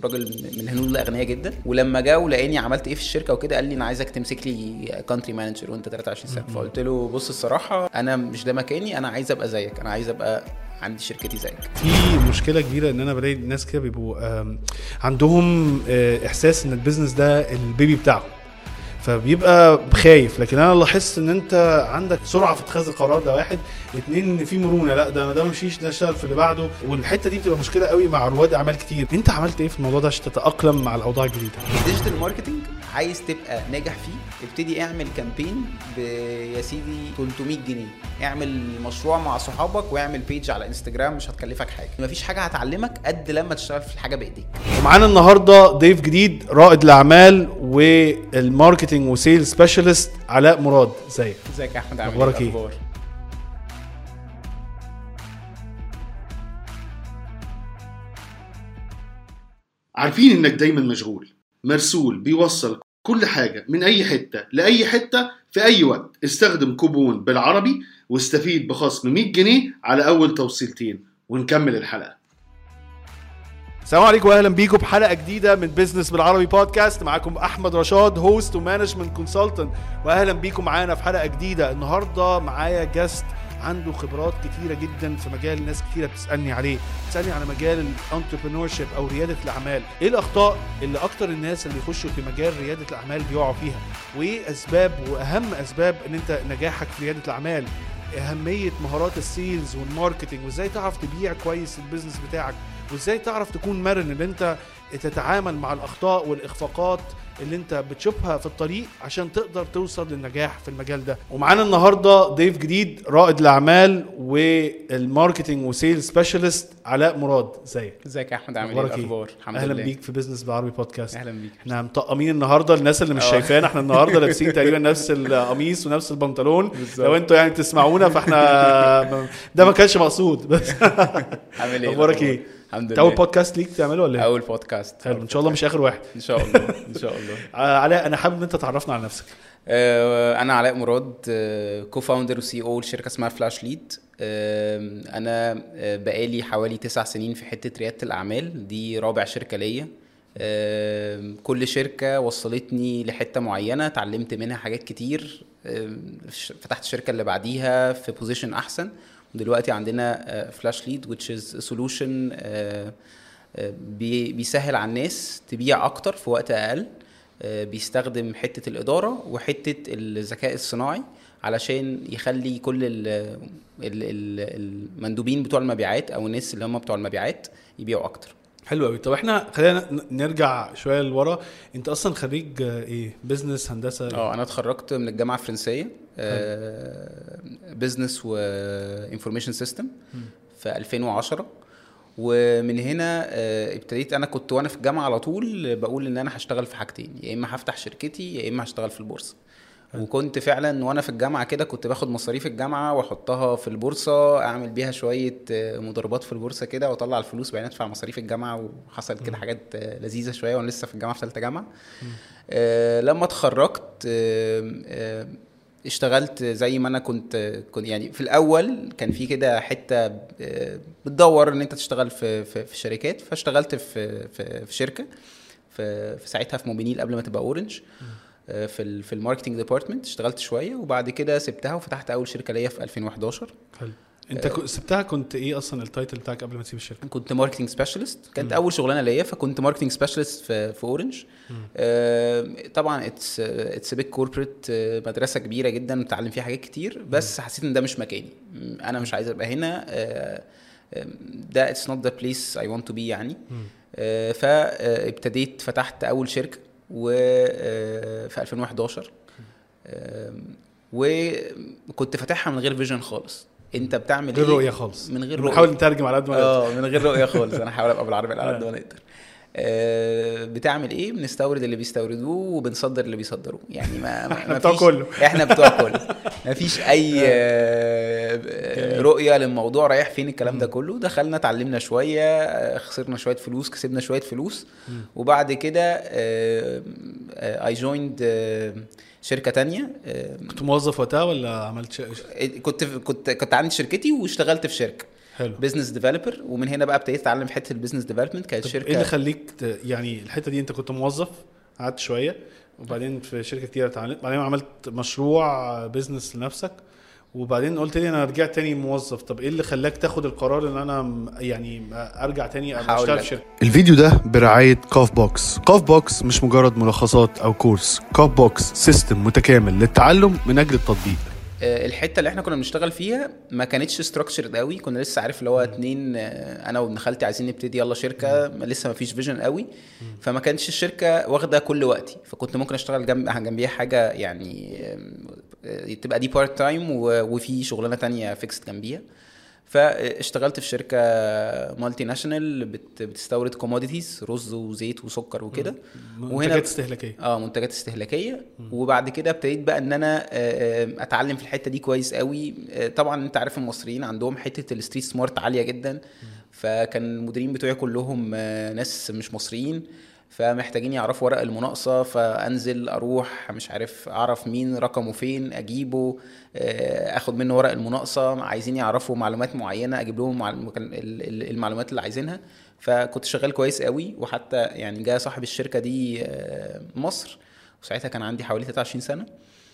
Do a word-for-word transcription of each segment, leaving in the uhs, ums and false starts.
راجل من الهنود الاغنياء جدا. ولما جه ولقاني عملت ايه في الشركه وكده قال لي انا عايزك تمسك لي كونتري مانجر وانت ثلاثة وعشرين سنه. فقلت له بص الصراحه انا مش ده مكاني, انا عايز ابقى زيك, انا عايز ابقى عندي شركتي زيك. في مشكله كبيره ان انا بلاقي الناس كده بيبقوا عندهم احساس ان البيزنس ده البيبي بتاعهم, فبيبقى خايف. لكن انا لاحظت ان انت عندك سرعه في اتخاذ القرار, ده واحد. اتنين ان في مرونه, لا ده ده مشيش, ده اشتغل في اللي بعده. والحته دي بتبقى مشكله قوي مع رواد اعمال كتير. انت عملت ايه في الموضوع ده عشان تتاقلم مع الاوضاع الجديده؟ الديجيتال ماركتنج عايز تبقى ناجح فيه, ابتدي اعمل كامبين يا سيدي ثلاثمية جنيه, اعمل مشروع مع صحابك واعمل بيج على انستجرام, مش هتكلفك حاجه, مفيش حاجه هتعلمك قد لما تشتغل في الحاجه بايديك. ومعانا النهارده ضيف جديد, رائد الاعمال والماركتنج وسيل سبيشالست علاء مراد. ازيك؟ ازيك يا احمد, عامل اخبارك ايه؟ عارفين انك دايما مشغول, مرسول بيوصل كل حاجة من اي حتة لاي حتة في اي وقت. استخدم كوبون بالعربي واستفيد بخصم مية جنيه على اول توصيلتين. ونكمل الحلقة. السلام عليكم واهلا بيكم بحلقه جديده من بيزنس بالعربي بودكاست. معاكم احمد رشاد, هوست ومانجمنت كونسلتنت, واهلا بيكم معانا في حلقه جديده. النهارده معايا جاست عنده خبرات كتيره جدا في مجال ناس كتيره بتسالني عليه, بتسالني على مجال الانتربرينورشيب او رياده الاعمال. ايه الاخطاء اللي اكتر الناس اللي يخشوا في مجال رياده الاعمال بيقعوا فيها, وايه اسباب واهم اسباب ان انت نجاحك في رياده الاعمال, اهميه مهارات السيلز والماركتنج, وازاي تعرف تبيع كويس البيزنس بتاعك, وازاي تعرف تكون مرن ان انت تتعامل مع الاخطاء والاخفاقات اللي انت بتشوفها في الطريق عشان تقدر توصل للنجاح في المجال ده. ومعانا النهارده ضيف جديد, رائد الاعمال والماركتنج وسيل سبيشالست علاء مراد. ازيك؟ ازيك يا احمد, عامل ايه الاخبار؟ الحمد اهلا لله. بيك في بيزنس بالعربي بودكاست. اهلا بيك. احنا مطقمين النهارده, الناس اللي مش شايفانا احنا النهارده لابسين تقريبا نفس القميص ونفس البنطلون. لو انتوا يعني تسمعونا فاحنا ده ما كانش مقصود بس. عامل ايه اخبارك ايه؟ الحمد لله. اول بودكاست ليك تعمله ولا ايه؟ اول بودكاست. حلو, ان شاء الله مش اخر واحد. ان شاء الله ان شاء الله. علاء, انا حابب ان انت تعرفنا على نفسك. انا علاء مراد, كو فاوندر وسي او لشركه اسمها فلاش ليد. انا بقالي حوالي تسع سنين في حته رياده الاعمال, دي رابع شركه ليا. كل شركه وصلتني لحته معينه, اتعلمت منها حاجات كتير, فتحت الشركه اللي بعديها في بوزيشن احسن. دلوقتي عندنا فلاش ليد which is a solution بيسهل على الناس تبيع اكتر في وقت اقل, بيستخدم حتة الادارة وحتة الذكاء الصناعي علشان يخلي كل المندوبين بتوع المبيعات او الناس اللي هم بتوع المبيعات يبيعوا اكتر. حلو قوي. طب احنا خلينا نرجع شويه لورا, انت اصلا خريج ايه؟ بزنس, هندسه؟ اه انا اتخرجت من الجامعه الفرنسيه, بزنس وانفورميشن سيستم في ألفين وعشرة. ومن هنا ابتديت, انا كنت وانا في الجامعه على طول بقول ان انا هشتغل في حاجتين, يا اما هفتح شركتي يا اما هشتغل في البورصه. وكنت فعلا وانا في الجامعه كده كنت باخد مصاريف الجامعه واحطها في البورصه, اعمل بيها شويه مضاربات في البورصه كده واطلع الفلوس بعدين ادفع مصاريف الجامعه. وحصل كده حاجات لذيذه شويه وانا لسه في الجامعه في ثالثه جامعه. آه لما اتخرجت آه آه اشتغلت زي ما انا كنت كنت يعني في الاول كان في كده حته بتدور ان انت تشتغل في في, في شركات, فاشتغلت في في, في شركه في, في ساعتها في موبينيل قبل ما تبقى اورنج, في في الماركتنج ديبارتمنت اشتغلت شويه وبعد كده سبتها وفتحت اول شركه ليا في ألفين وحداشر. حلو. انت أه سبتها, كنت ايه اصلا التايتل بتاعك قبل ما تسيب الشركه؟ كنت ماركتنج سبيشالست, كانت م. اول شغلانه ليا, فكنت ماركتنج سبيشالست في في اورنج. أه طبعا اتس اتس بيج كوربريت, مدرسه كبيره جدا بتعلم فيها حاجات كتير, بس م. حسيت ان ده مش مكاني, انا مش عايز ابقى هنا, أه ده اتس نوت ذا بليس اي وانت تو بي يعني. أه فابتديت فتحت اول شركه وفي ألفين وحداشر, وكنت فاتحها من غير فيجن خالص. انت بتعمل غير ايه؟ رؤيه خالص. من غير رؤيه, بنحاول نترجم على قد ما اه من غير رؤيه خالص. انا هحاول ابقى بالعربي على قد ما نقدر. آه بتعمل ايه؟ بنستورد اللي بيستوردوه وبنصدر اللي بيصدروه, يعني ما, ما احنا بتوع كله احنا بتوع كله ما فيش اي آه رؤيه للموضوع رايح فين الكلام ده كله. دخلنا اتعلمنا شويه, خسرنا شويه فلوس, كسبنا شويه فلوس, وبعد كده اي جويند شركه تانية. كنت موظف وقتها ولا عملت ش... كنت كنت كنت عندي شركتي واشتغلت في شركه, بزنس ديفلوبر. ومن هنا بقى ابتديت اتعلم حته البزنس ديفلوبمنت. كانت شركه. ايه اللي خليك ت... يعني الحته دي انت كنت موظف قعدت شويه وبعدين في شركه كتير اتعلمت بعدين عملت مشروع بزنس لنفسك وبعدين قلت لي انا رجعت تاني موظف. طب ايه اللي خلاك تاخد القرار ان انا يعني ارجع تاني اشتغل في شركه؟ الفيديو ده برعايه كوف بوكس. كوف بوكس مش مجرد ملخصات او كورس، كوف بوكس سيستم متكامل للتعلم من اجل التطبيق. الحته اللي احنا كنا بنشتغل فيها ما كانتش ستراكشرد قوي. كنا لسه عارف اللي هو اتنين انا وابن خالتي عايزين نبتدي يلا شركه، لسه ما فيش فيجن قوي. فما كانش الشركه واخده كل وقتي، فكنت ممكن اشتغل جنب جنبيها حاجه يعني تبقى دي بارت تايم وفي شغلانه تانية فيكست جنبيها. فاشتغلت في شركه مالتي ناشونال بتستورد كوموديتيز، رز وزيت وسكر وكده، منتجات استهلاكيه. اه منتجات استهلاكيه. وبعد كده ابتديت بقى ان انا اتعلم في الحته دي كويس قوي. طبعا انت عارف المصريين عندهم حته الستريت سمارت عاليه جدا، فكان المديرين بتوعي كلهم ناس مش مصريين، فمحتاجين يعرفوا ورق المناقصه. فانزل اروح مش عارف اعرف مين رقمه فين، اجيبه اخد منه ورق المناقصه. عايزين يعرفوا معلومات معينه، اجيب لهم المعلومات اللي عايزينها. فكنت شغال كويس قوي. وحتى يعني جاء صاحب الشركه دي مصر، وساعتها كان عندي حوالي ثلاثة وعشرين سنه،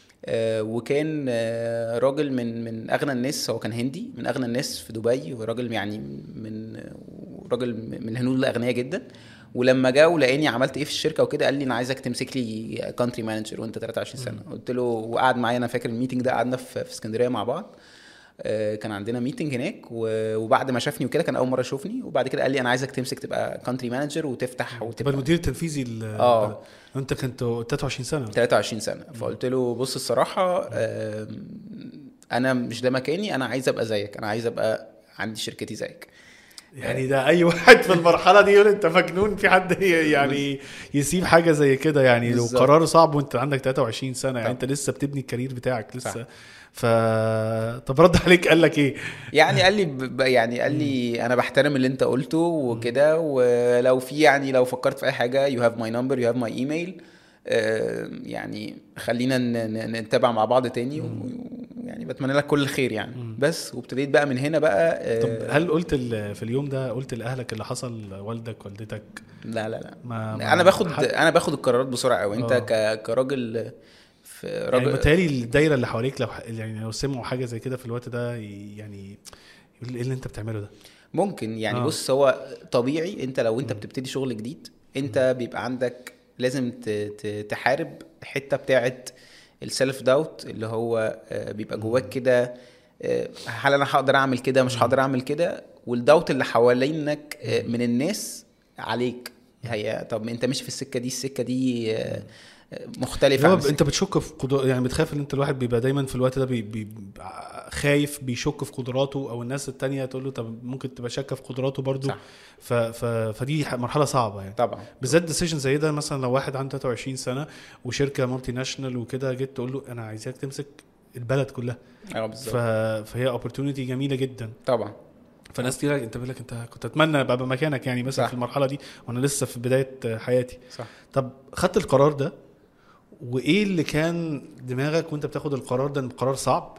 وكان راجل من من اغنى الناس. هو كان هندي من اغنى الناس في دبي، وراجل يعني من راجل من الهنود الاغنياء جدا. ولما جاء ولقاني عملت ايه في الشركه وكده، قال لي انا عايزك تمسك لي كونتري مانجر وانت ثلاثة وعشرين سنه. قلت له، وقعد معايا، انا فاكر الميتنج ده قعدنا في اسكندريه مع بعض. كان عندنا ميتنج هناك، وبعد ما شافني وكده كان اول مره يشوفني، وبعد كده قال لي انا عايزك تمسك تبقى كونتري مانجر وتفتح وتبقى المدير التنفيذي. اه انت كنت ثلاثة وعشرين سنه. ثلاثة وعشرين سنه. فقلت له بص الصراحه انا مش ده مكاني، انا عايز ابقى زيك، انا عايز ابقى عندي شركتي زيك. يعني ده اي واحد في المرحله دي يقول انت مجنون، في حد يعني يسيب حاجه زي كده يعني. لو قرار صعب وانت عندك ثلاثة وعشرين سنه يعني انت لسه بتبني الكارير بتاعك لسه. صح. ف طب رد عليك قال لك ايه؟ يعني قال لي ب... يعني قال لي انا بحترم اللي انت قلته وكده، ولو في يعني لو فكرت في اي حاجه you have my number you have my email، آه يعني خلينا نتابع مع بعض تاني، ويعني بتمنى لك كل الخير يعني. مم. بس وابتديت بقى من هنا بقى. آه طب هل قلت في اليوم ده قلت لاهلك اللي حصل، والدك والدتك؟ لا لا لا ما ما انا باخد حد... انا باخد القرارات بسرعه قوي. انت ك... كراجل في راجل يعني متهيألي الدايره اللي حواليك لو يعني لو سمعوا حاجه زي كده في الوقت ده يعني يقول ايه اللي انت بتعمله ده؟ ممكن يعني آه. بص هو طبيعي. انت لو انت بتبتدي شغل جديد انت بيبقى عندك لازم تحارب الحته بتاعه السيلف داوت اللي هو بيبقى جواك كده، هل انا هقدر اعمل كده مش هقدر اعمل كده، والداوت اللي حوالينك من الناس عليك. هي طب انت ماشي في السكه دي، السكه دي مختلفه. انت بتشك في قدر... يعني بتخاف ان انت الواحد بيبقى دايما في الوقت ده بي... بي... خايف بيشك في قدراته، او الناس التانية تقول له طب ممكن تبقى شاكه في قدراته برضو. ف... ف... فدي مرحله صعبه يعني. طبعا بالذات ديسيجن زي ده. مثلا لو واحد عنده ثلاثة وعشرين سنه وشركه مالتي ناشونال وكده، جيت تقول له انا عايزك تمسك البلد كلها. اه بالظبط. ف... فهي اوبورتونيتي جميله جدا طبعا. فناس كتير انت بيقول لك انت كنت اتمنى ابقى مكانك يعني مثلا. صح. في المرحله دي وانا لسه في بدايه حياتي. صح. طب خدت القرار ده، وايه اللي كان دماغك وانت بتاخد القرار ده؟ قرار صعب.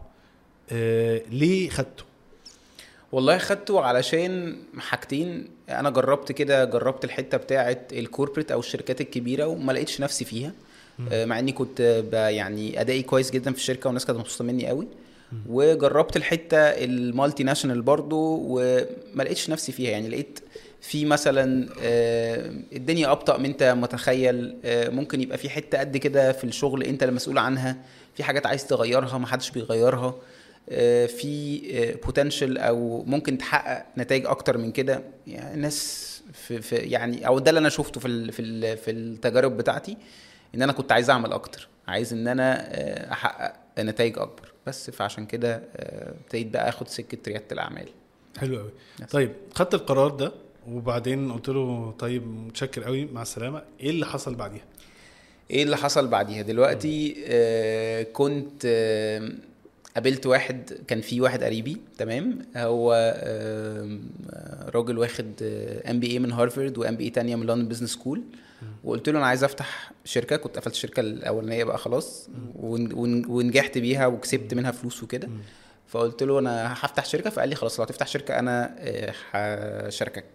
آه ليه خدته؟ والله خدته علشان حاجتين. انا جربت كده، جربت الحته بتاعه الكوربريت او الشركات الكبيره وما لقيتش نفسي فيها. آه مع اني كنت يعني ادائي كويس جدا في الشركه والناس كانت مبسوطه مني قوي. وجربت الحته المالتي ناشونال برضو وما لقيتش نفسي فيها. يعني لقيت في مثلا الدنيا ابطأ من انت متخيل. ممكن يبقى في حته قد كده في الشغل انت المسؤول عنها، في حاجات عايز تغيرها ما حدش بيغيرها، في بوتنشال او ممكن تحقق نتائج اكتر من كده. يعني الناس في, في يعني او ده اللي انا شفته في ال في ال في التجارب بتاعتي، ان انا كنت عايز اعمل اكتر، عايز ان انا احقق نتائج اكبر. بس فعشان كده ابتديت بقى اخد سكه رياده الاعمال. حلو قوي. طيب خدت القرار ده وبعدين قلت له طيب متشكر قوي مع السلامه. ايه اللي حصل بعديها؟ ايه اللي حصل بعديها دلوقتي؟ آه كنت آه قابلت واحد، كان في واحد قريبي تمام، هو آه راجل واخد ام بي اي من هارفارد وام بي اي تانية من لندن بزنس سكول. وقلت له انا عايز افتح شركه. كنت قفلت الشركه الاولانيه بقى خلاص ونجحت بيها وكسبت منها فلوس وكده. فقلت له انا هفتح شركه، فقال لي خلاص لو هتفتح شركه انا آه، هشاركك.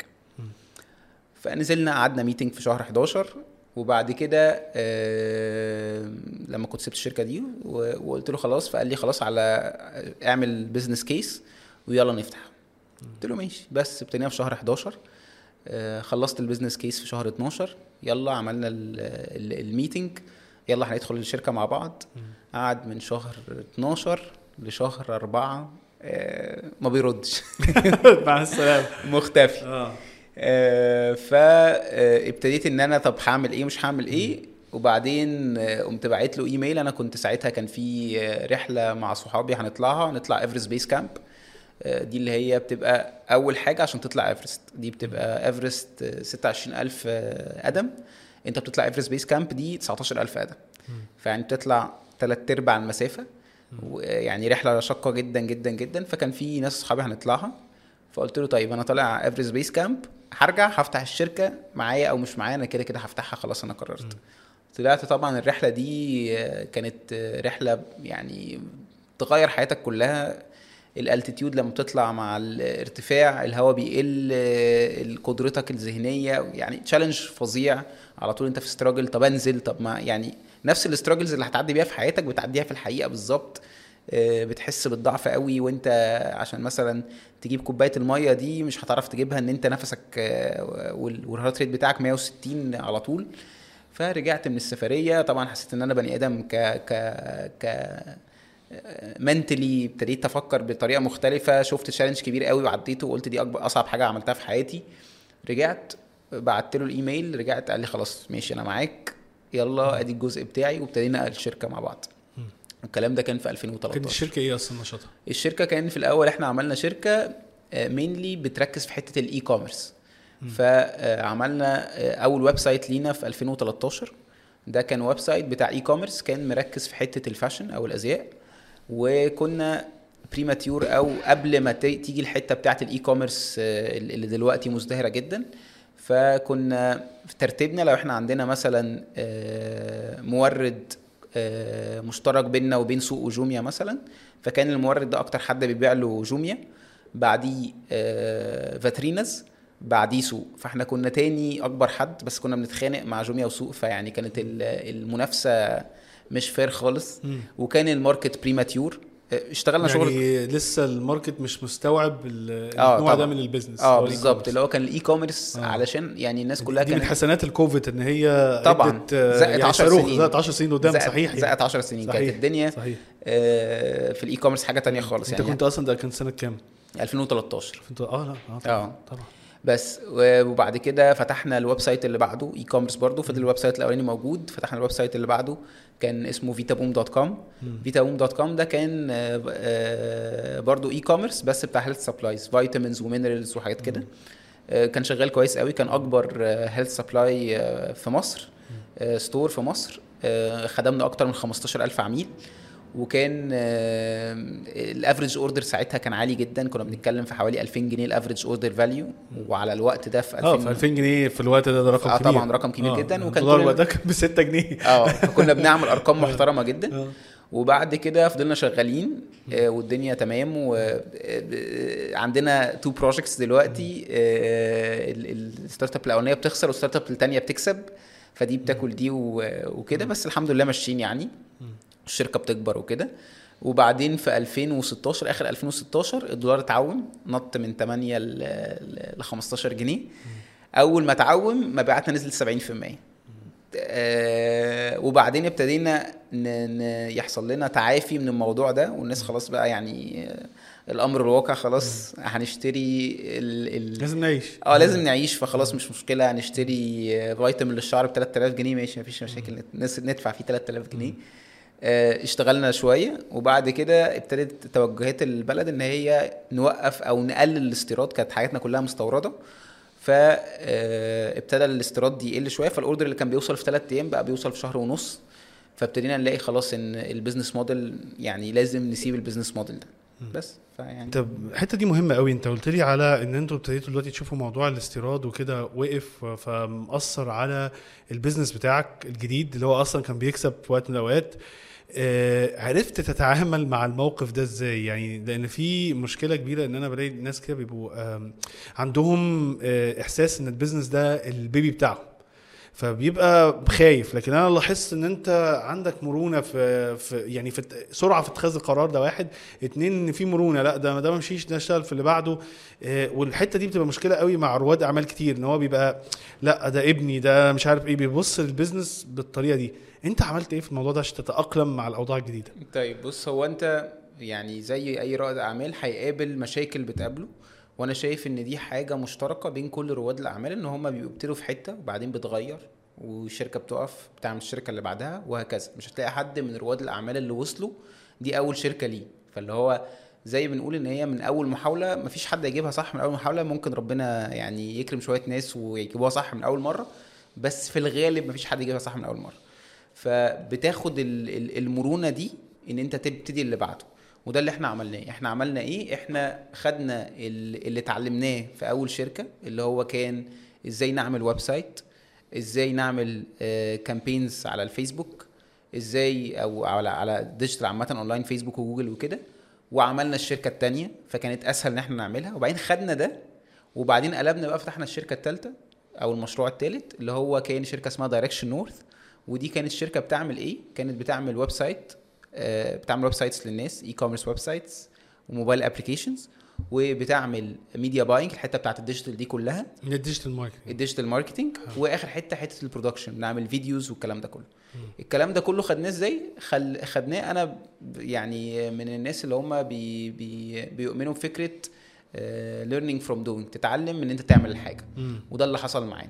فنزلنا قعدنا ميتنج في شهر حداشر، وبعد كده آه، لما كنت سبت الشركه دي و- وقلت له خلاص، فقال لي خلاص على اعمل بزنس كيس ويلا نفتح. قلت له ماشي. بس ابتدينا في شهر حداشر، آه، خلصت البيزنس كيس في شهر اتناشر، يلا عملنا ال- ال- الميتنج، يلا هندخل الشركه مع بعض. قعد من شهر اتناشر لشهر أربعة آه، ما بيردش مع السلامه. مختفي. اه آه، فابتديت ان انا طب هعمل ايه مش هعمل ايه. وبعدين آه، قمت باعت له ايميل. انا كنت ساعتها كان في آه، رحله مع صحابي هنطلعها، نطلع ايفرست بيس كامب. آه، دي اللي هي بتبقى اول حاجه عشان تطلع ايفرست. دي بتبقى ايفرست آه، ستة وعشرين ألف آه، قدم. انت بتطلع ايفرست بيس كامب دي تسعتاشر ألف قدم، فيعني بتطلع ثلاث ارباع المسافه، ويعني رحله شاقه جدا جدا جدا. فكان في ناس صحابي هنطلعها، فقلت له طيب انا طالع ايفرست بيس كامب، هرجع هفتح الشركه معايا او مش معايا، انا كده كده هفتحها خلاص انا قررت. طلعت طبعا الرحله دي آه، كانت آه، رحله يعني تغير حياتك كلها. الالتيتيود لما بتطلع مع الارتفاع الهواء بيقل، آه، قدرتك الذهنيه يعني تشالنج فظيع. على طول انت في ستراجل، طب انزل، طب ما يعني نفس الاستراجلز اللي هتعدي بيها في حياتك بتعديها في الحقيقه بالظبط. آه، بتحس بالضعف قوي وانت عشان مثلا تجيب كوبايه الميه دي مش هتعرف تجيبها، ان انت نفسك آه، وال- والهارت ريت بتاعك مية وستين على طول. فرجعت من السفريه طبعا حسيت ان انا بني ادم ك ك ك منتلي ابتديت افكر بطريقه مختلفه. شفت تشالنج كبير قوي وعديته، وقلت دي اكبر اصعب حاجه عملتها في حياتي. رجعت بعت له الايميل، رجعت قال لي خلاص ماشي انا معاك، يلا ادي الجزء بتاعي، وابتدينا الشركه مع بعض. الكلام ده كان في ألفين وتلتاشر. كانت الشركه ايه اصلا نشاطها؟ الشركه كان في الاول احنا عملنا شركه مينلي بتركز في حته الاي كوميرس. فعملنا آه، اول ويب سايت لينا في ألفين وتلتاشر. ده كان ويب سايت بتاع اي كوميرس، كان مركز في حته الفاشن او الازياء. وكنا بريماتيور او قبل ما تي- تيجي الحته بتاعه الاي كوميرس آه، اللي دلوقتي مزدهره جدا. فكنا في ترتيبنا لو احنا عندنا مثلا آه، مورد آه، مشترك بيننا وبين سوق وجوميا مثلا، فكان المورد ده اكتر حد بيبيع له جوميا، بعديه آه، فاتريناز، بعديه سوق. فاحنا كنا تاني اكبر حد، بس كنا بنتخانق مع جوميا وسوق، فيعني كانت ال- المنافسه مش فير خالص. وكان الماركت بريماتيور. اشتغلنا يعني شغل لسه الماركت مش مستوعب ال- اه النوع ده طبعا من البيزنس. اه هو بالظبط، الإي-كوميرس. اللي هو كان الاي كوميرس آه. علشان يعني الناس كلها دي من كانت حسنات الكوفيد ان هي طبعا ادت، آه، زقت يعني عشر صاروخ، سنين زقت عشر سنين قدام. زقت صحيح يعني. زقت عشر سنين صحيح. كانت الدنيا صحيح. آه في الاي كوميرس حاجه تانية خالص. انت يعني كنت اصلا ده كان سنه كام؟ ألفين وتلتاشر. انت اه لا اه طبعا, اه طبعا. بس وبعد كده فتحنا الويب سايت اللي بعده اي كوميرس برضه، فضل الويب سايت الاولاني موجود. فتحنا الويب سايت اللي بعده كان اسمه فيتا بوم دوت كوم. فيتا بوم دوت كوم ده كان آه، آه، برضه اي كوميرس بس بتاع هيلث سبلايز، فيتامينز ومينرالز وحاجات كده. آه، كان شغال كويس قوي، كان اكبر هيلث سبلاي في مصر، آه، ستور في مصر. آه، خدمنا اكتر من خمستاشر ألف عميل. وكان الافريج اوردر ساعتها كان عالي جدا، كنا بنتكلم في حوالي ألفين جنيه الافريج اوردر فاليو، وعلى الوقت ده في اه في ألفين جنيه في الوقت ده ده رقم آه كبير. طبعا رقم كبير آه. جدا. وكان الدولار كل وقتها كان ب ستة جنيه. اه فكنا بنعمل ارقام محترمه جدا. آه. وبعد كده فضلنا شغالين آه والدنيا تمام. وعندنا تو بروجكتس دلوقتي، آه الستارت اب الاولانيه بتخسر والستارت اب الثانيه بتكسب، فدي بتاكل دي وكده. بس الحمد لله ماشيين يعني، الشركه بتكبر وكده. وبعدين في ألفين وستاشر اخر ألفين وستاشر الدولار اتعوم، نط من تمانية ل خمستاشر جنيه. اول ما تعوم مبيعاتنا نزلت سبعين في المية. آه وبعدين ابتدينا ن- ن- يحصل لنا تعافي من الموضوع ده، والناس خلاص بقى يعني آه الامر الواقع خلاص هنشتري ال ال لازم نعيش. اه لازم نعيش. فخلاص مش مشكله هنشتري آه، فيتامين للشعر ب ثلاثة آلاف جنيه، ماشي مفيش مشاكل، نس- ندفع فيه ثلاثة آلاف جنيه. آه، اشتغلنا شويه. وبعد كده ابتدت توجهات البلد ان هي نوقف او نقلل الاستيراد، كانت حاجاتنا كلها مستورده. فابتدى الاستيراد دي يقل شويه، فالاوردر اللي كان بيوصل في ثلاث ايام بقى بيوصل في شهر ونص. فابتدينا نلاقي خلاص ان البيزنس موديل يعني لازم نسيب البيزنس موديل ده بس. فيعني طب الحته دي مهمه قوي. انت قلت لي على ان انتوا ابتديتوا دلوقتي تشوفوا موضوع الاستيراد وكده وقف، فمأثر على البيزنس بتاعك الجديد اللي هو اصلا كان بيكسب في وقت من الاوقات. آه عرفت تتعامل مع الموقف ده ازاي؟ يعني لان في مشكله كبيره ان انا بلاقي ناس كده بيبقوا آه عندهم آه احساس ان البيزنس ده البيبي بتاعهم، فبيبقى خايف. لكن انا لاحظت ان انت عندك مرونه في, في يعني في سرعه في اتخاذ القرار، ده واحد. اتنين ان في مرونه، لا ده ده ما مشيش، ده اشتغل في اللي بعده. اه والحته دي بتبقى مشكله قوي مع رواد اعمال كتير، ان هو بيبقى لا ده ابني، ده مش عارف ايه، بيبص للبيزنس بالطريقه دي. انت عملت ايه في الموضوع ده عشان تتاقلم مع الاوضاع الجديده؟ طيب بص، هو انت يعني زي اي رائد اعمال هيقابل مشاكل بتقابله، وانا شايف ان دي حاجه مشتركه بين كل رواد الاعمال، ان هم بيبتدوا في حته وبعدين بتغير والشركه بتقف بتعمل الشركه اللي بعدها وهكذا. مش هتلاقي حد من رواد الاعمال اللي وصلوا دي اول شركه ليه. فاللي هو زي بنقول ان هي من اول محاوله، مفيش حد يجيبها صح من اول محاوله. ممكن ربنا يعني يكرم شويه ناس ويجيبوها صح من اول مره، بس في الغالب مفيش حد يجيبها صح من اول مره. فبتاخد المرونه دي ان انت تبتدي اللي بعده، وده اللي احنا عملناه. احنا عملنا ايه؟ احنا خدنا اللي اتعلمناه في اول شركه، اللي هو كان ازاي نعمل ويب سايت، ازاي نعمل كامبينز على الفيسبوك، ازاي او على على ديجيتال عامه، اونلاين، فيسبوك وجوجل وكده. وعملنا الشركه الثانيه فكانت اسهل ان احنا نعملها، وبعدين خدنا ده وبعدين قلبنا بقى فتحنا الشركه الثالثه او المشروع الثالث، اللي هو كان شركه اسمها دايركشن نورث. ودي كانت شركه بتعمل ايه؟ كانت بتعمل ويب سايت، بتعمل ويب سايتس للناس، اي كوميرس ويب سايتس وموبايل ابلكيشنز، وبتعمل ميديا باينج، الحته بتاعت الديجيتال دي كلها، الديجيتال ماركتنج الديجيتال ماركتنج. واخر حته حته البرودكشن، بنعمل فيديوز والكلام ده كله. م. الكلام ده كله خدناه ازاي؟ خل... خدناه انا يعني من الناس اللي هم بي... بي... بيؤمنوا بفكره uh, learning from doing، تتعلم من ان انت تعمل الحاجه. م. وده اللي حصل معانا.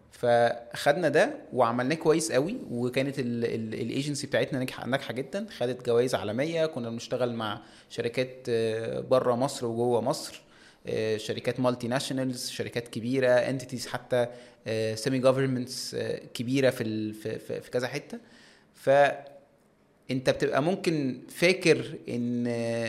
فخدنا ده وعملناه كويس قوي، وكانت الايجنسي بتاعتنا ناجحه ناجحه جدا، خدت جوائز عالميه. كنا بنشتغل مع شركات بره مصر وجوه مصر، شركات مالتي ناشونالز، شركات كبيره، انتيتيز حتى سيمي جوفرمنتس كبيره في في في كذا حته. فانت بتبقى ممكن فاكر ان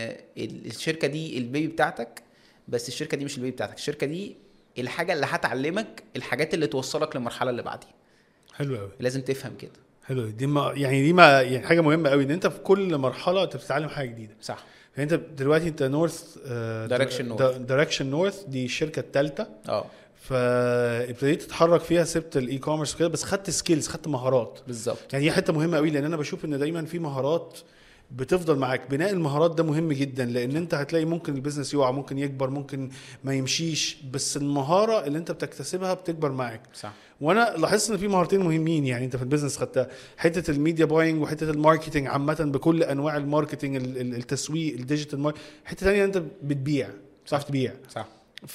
الشركه دي البيبي بتاعتك، بس الشركه دي مش البيبي بتاعتك. الشركه دي الحاجه اللي هتعلمك الحاجات اللي توصلك للمرحله اللي بعديها. حلو قوي، لازم تفهم كده. حلو دي ما يعني دي ما يعني حاجه مهمه قوي، ان انت في كل مرحله انت بتتعلم حاجه جديده. صح. يعني انت دلوقتي انت نورث دايركشن نورث دايركشن نورث دي الشركه الثالثه. اه فابتديت تتحرك فيها، سبت الاي كوميرس كده، بس خدت سكيلز، خدت مهارات. بالظبط. يعني دي حته مهمه قوي، لان انا بشوف ان دايما في مهارات بتفضل معاك. بناء المهارات ده مهم جدا، لان انت هتلاقي ممكن البيزنس يقع، ممكن يكبر، ممكن ما يمشيش، بس المهاره اللي انت بتكتسبها بتكبر معاك. صح. وانا لاحظت ان في مهارتين مهمين يعني انت في البيزنس خدتها، حته الميديا باينج وحته الماركتنج عامه بكل انواع الماركتنج، التسويق، الديجيتال ماركتنج. حته ثانيه انت بتبيع، صح تبيع. صح.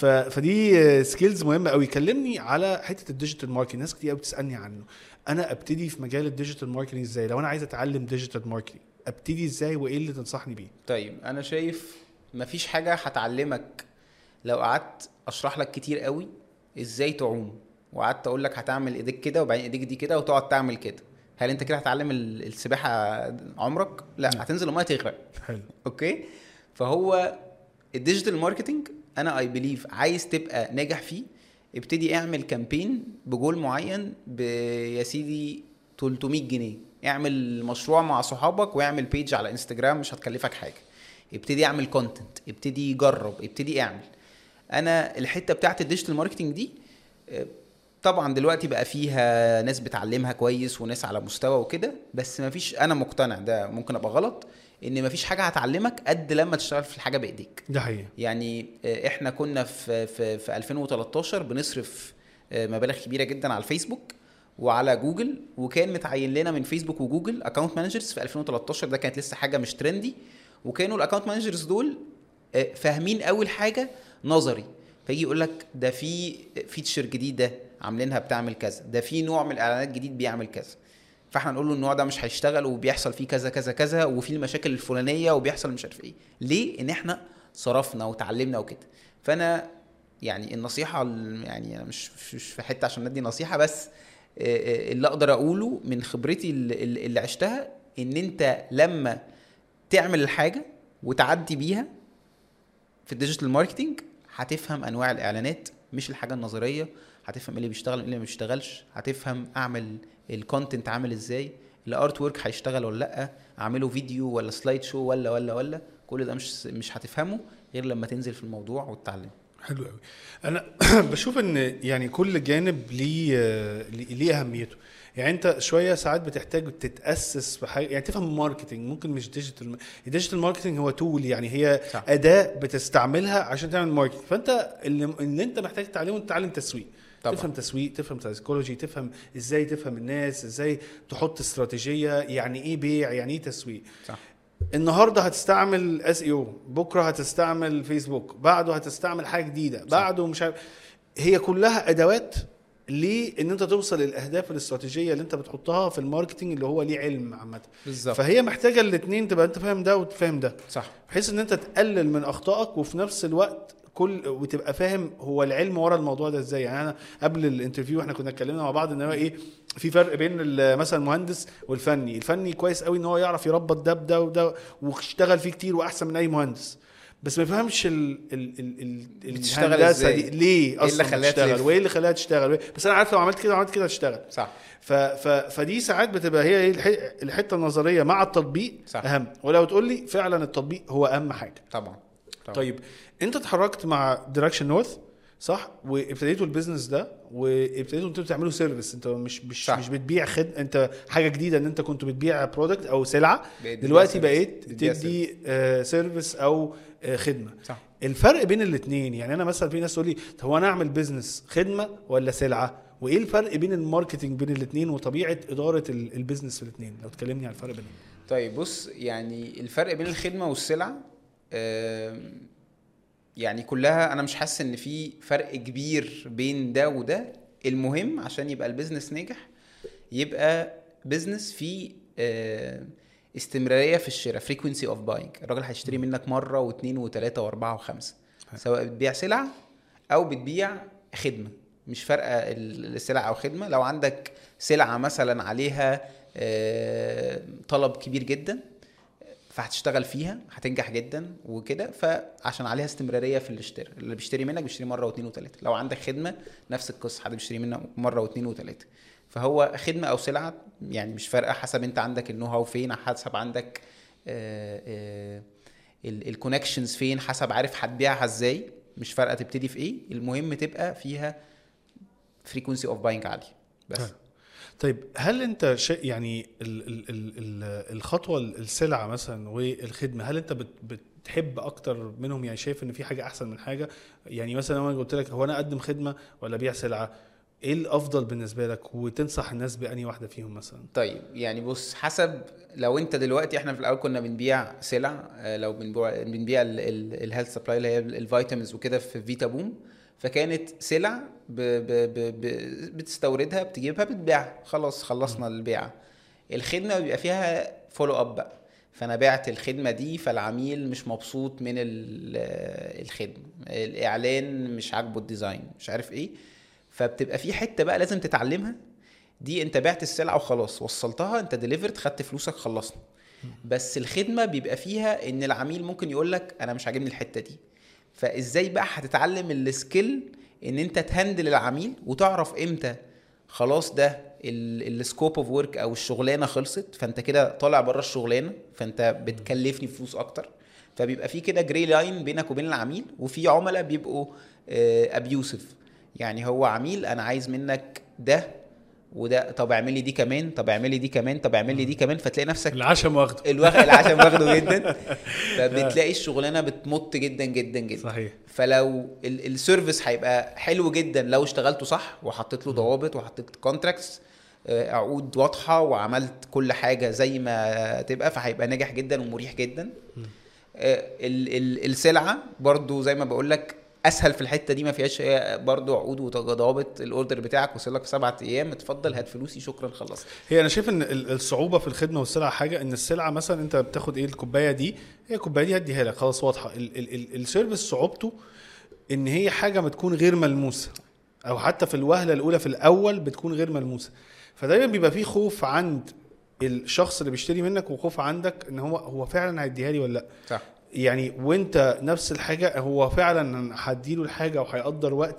فدي سكيلز مهمه قوي. كلمني على حته الديجيتال ماركتنج، ناس كتير قوي بتسالني عنه. انا ابتدي في مجال الديجيتال ماركتنج ازاي؟ لو انا عايز اتعلم ديجيتال ماركتنج ابتدي ازاي، وايه اللي تنصحني بيه؟ طيب انا شايف مفيش حاجه هتعلمك لو قعدت اشرح لك كتير قوي ازاي تعوم، وقعدت اقول لك هتعمل ايديك كده وبعدين ايديك دي كده وتقعد تعمل كده. هل انت كده هتعلم السباحه عمرك؟ لا، هتنزل الميه تغرق. حلو. اوكي. فهو الديجيتال ماركتنج انا اي بليف عايز تبقى ناجح فيه، ابتدي اعمل كامبين بجول معين يا سيدي ثلاثمية جنيه، اعمل مشروع مع صحابك واعمل بيج على انستجرام مش هتكلفك حاجه، ابتدي اعمل كونتنت، ابتدي جرب، ابتدي اعمل. انا الحته بتاعت الديجيتال ماركتنج دي طبعا دلوقتي بقى فيها ناس بتعلمها كويس وناس على مستوى وكده، بس مفيش، انا مقتنع ده ممكن ابقى غلط، ان مفيش حاجه هتعلمك قد لما تشتغل في الحاجه بايديك. ده حقيقي. يعني احنا كنا في في في ألفين وتلتاشر بنصرف مبالغ كبيره جدا على الفيسبوك وعلى جوجل، وكان متعين لنا من فيسبوك وجوجل اكاونت مانجرز في ألفين وتلتاشر. ده كانت لسه حاجه مش ترندي، وكانوا الاكاونت مانجرز دول فاهمين اول حاجه نظري، فيجي يقول لك ده في فيتشر جديده عاملينها بتعمل كذا، ده في نوع من الاعلانات جديد بيعمل كذا، فاحنا نقول له النوع ده مش هيشتغل وبيحصل فيه كذا كذا كذا وفي المشاكل الفلانيه وبيحصل مش عارف ايه. ليه؟ ان احنا صرفنا وتعلمنا وكده. فانا يعني النصيحه يعني انا مش مش في حته عشان ندي نصيحه، بس اللي اقدر اقوله من خبرتي اللي عشتها، ان انت لما تعمل الحاجه وتعدي بيها في الديجيتال ماركتنج هتفهم انواع الاعلانات، مش الحاجه النظريه، هتفهم ايه اللي بيشتغل ايه اللي ما بيشتغلش، هتفهم اعمل الكونتنت عامل ازاي، الارت ورك هيشتغل ولا لا، اعمله فيديو ولا سلايد شو ولا ولا ولا كل ده مش مش هتفهمه غير لما تنزل في الموضوع وتتعلم. حلو قوي. انا بشوف ان يعني كل جانب ليه ليه اهميته. يعني انت شويه ساعات بتحتاج تتاسس في حاجه، يعني تفهم الماركتنج، ممكن مش ديجيتال. الديجيتال ماركتنج هو تول، يعني هي صح. اداه بتستعملها عشان تعمل ماركتنج. فانت اللي, اللي انت محتاج تتعلمه تتعلم تسويق طبعا. تفهم تسويق، تفهم سايكولوجي، تفهم ازاي تفهم الناس، ازاي تحط استراتيجيه، يعني ايه بيع، يعني ايه تسويق صح. النهارده هتستعمل اس اي او، بكره هتستعمل فيسبوك، بعده هتستعمل حاجه جديده، بعده مش عارف. هي كلها ادوات ليه ان انت توصل للاهداف الاستراتيجيه اللي انت بتحطها في الماركتنج اللي هو ليه علم عامه. فهي محتاجه الاثنين، تبقى انت فاهم ده وتفهم ده صح، بحيث ان انت تقلل من اخطائك وفي نفس الوقت كل وتبقى فاهم هو العلم ورا الموضوع ده ازاي. يعني انا قبل الانترفيو احنا كنا اتكلمنا مع بعض ان هو ايه، في فرق بين مثلا المهندس والفني. الفني كويس قوي ان هو يعرف يربط ده بده وده واشتغل فيه كتير واحسن من اي مهندس، بس ما يفهمش ال ال ال الهندسه دي ليه اصلا تشتغل وايه اللي خلاها تشتغل. بس انا عارف لو عملت كده وعملت كده هتشتغل صح. ف ف فدي ساعات بتبقى هي الحته النظريه مع التطبيق صح. اهم. ولو تقول لي فعلا التطبيق هو اهم حاجه طبعا. طبعا. طيب انت اتحركت مع دايركشن نورث صح، وابتديتوا البيزنس ده وابتديتوا انتوا تعملوا سيرفيس. انت مش مش صح. مش بتبيع خد انت حاجه جديده ان انت كنت بتبيع برودكت او سلعه، دلوقتي بقيت تدي آه سيرفيس او آه خدمه صح. الفرق بين الاثنين، يعني انا مثلا في ناس تقول لي هو انا اعمل بيزنس خدمه ولا سلعه، وايه الفرق بين الماركتنج بين الاثنين وطبيعه اداره البيزنس في الاثنين؟ لو تكلمني عن الفرق بينهم. طيب بص، يعني الفرق بين الخدمه والسلعه آه يعني كلها انا مش حاسس ان في فرق كبير بين ده وده. المهم عشان يبقى البيزنس ناجح يبقى بيزنس فيه استمراريه في الشراء، frequency of buying. الراجل هيشتري منك مره واثنين وثلاثه واربعه وخمسه، سواء بتبيع سلعه او بتبيع خدمه، مش فارقه السلعه او خدمه. لو عندك سلعه مثلا عليها طلب كبير جدا فهتشتغل فيها هتنجح جدا وكده، فعشان عليها استمراريه في الاشتراء. اللي بيشتري منك بيشتري مره واثنين وثلاثه. لو عندك خدمه نفس القصه، حد بيشتري منك مره واثنين وثلاثه. فهو خدمه او سلعه يعني مش فارقه، حسب انت عندك النو هاو فين، حسب عندك الكونكشنز فين، حسب عارف هتبيعها ازاي. مش فارقه تبتدي في ايه، المهم تبقى فيها frequency of buying عاليه بس. طيب هل انت شيء يعني ال ال ال ال الخطوه السلعه مثلا والخدمه، هل انت بت بتحب اكتر منهم؟ يعني شايف ان في حاجه احسن من حاجه؟ يعني مثلا لو انا قلت لك هو انا اقدم خدمه ولا بيع سلعه، ايه الافضل بالنسبه لك وتنصح الناس باني واحده فيهم مثلا؟ طيب يعني بص، حسب. لو انت دلوقتي احنا في الاول كنا بنبيع سلع، لو بنبيع بنبيع الهيلث سبلاي اللي هي الفيتامينز وكده في فيتا بوم، فكانت سلع ب ب ب بتستوردها بتجيبها بتبيعها، خلاص خلصنا البيعه. الخدمه بيبقى فيها فولو اب بقى، فانا بعت الخدمه دي فالعميل مش مبسوط من الخدمه، الاعلان مش عاجبه، الديزاين مش عارف ايه، فبتبقى في حته بقى لازم تتعلمها. دي انت بعت السلعه وخلاص، وصلتها، انت ديليفرت، خدت فلوسك، خلصنا. بس الخدمه بيبقى فيها ان العميل ممكن يقول لك انا مش عاجبني الحته دي، فازاي بقى هتتعلم السكيل ان انت تهندل العميل وتعرف امتى خلاص ده السكوب اوف ورك او الشغلانه خلصت، فانت كده طالع بره الشغلانه، فانت بتكلفني فلوس اكتر. فبيبقى في كده جري لاين بينك وبين العميل. وفي عملاء بيبقوا ابيوسيف، يعني هو عميل انا عايز منك ده وده، طب اعمل لي دي كمان، طب اعمل لي دي كمان، طب اعمل لي دي كمان، فتلاقي نفسك العشم واخده العشم واخده جدا، فبتلاقي الشغلانه بتمط جدا جدا جدا. صحيح. فلو السيرفيس هيبقى حلو جدا لو اشتغلته صح وحطيت له ضوابط وحطيت كونتراكتس، عقود واضحه، وعملت كل حاجه زي ما تبقى، فهيبقى ناجح جدا ومريح جدا. السلعه برضو زي ما بقول لك اسهل في الحته دي، ما فيهاش برضو عقود وضوابط. الاوردر بتاعك وصلك في سبعة ايام، اتفضل هات فلوسي شكرا خلص. هي انا شايف ان الصعوبه في الخدمه والسلعه حاجه، ان السلعه مثلا انت بتاخد ايه، الكوبايه دي هي الكوبايه دي هديها لك خلاص واضحه. السيرفيس صعوبته ان هي حاجه بتكون غير ملموسه، او حتى في الوهله الاولى في الاول بتكون غير ملموسه، فدايما بيبقى فيه خوف عند الشخص اللي بيشتري منك وخوف عندك ان هو هو فعلا هيديها لي ولا لا. صح. يعني وانت نفس الحاجه، هو فعلا هديله الحاجه وهيقدر وقتي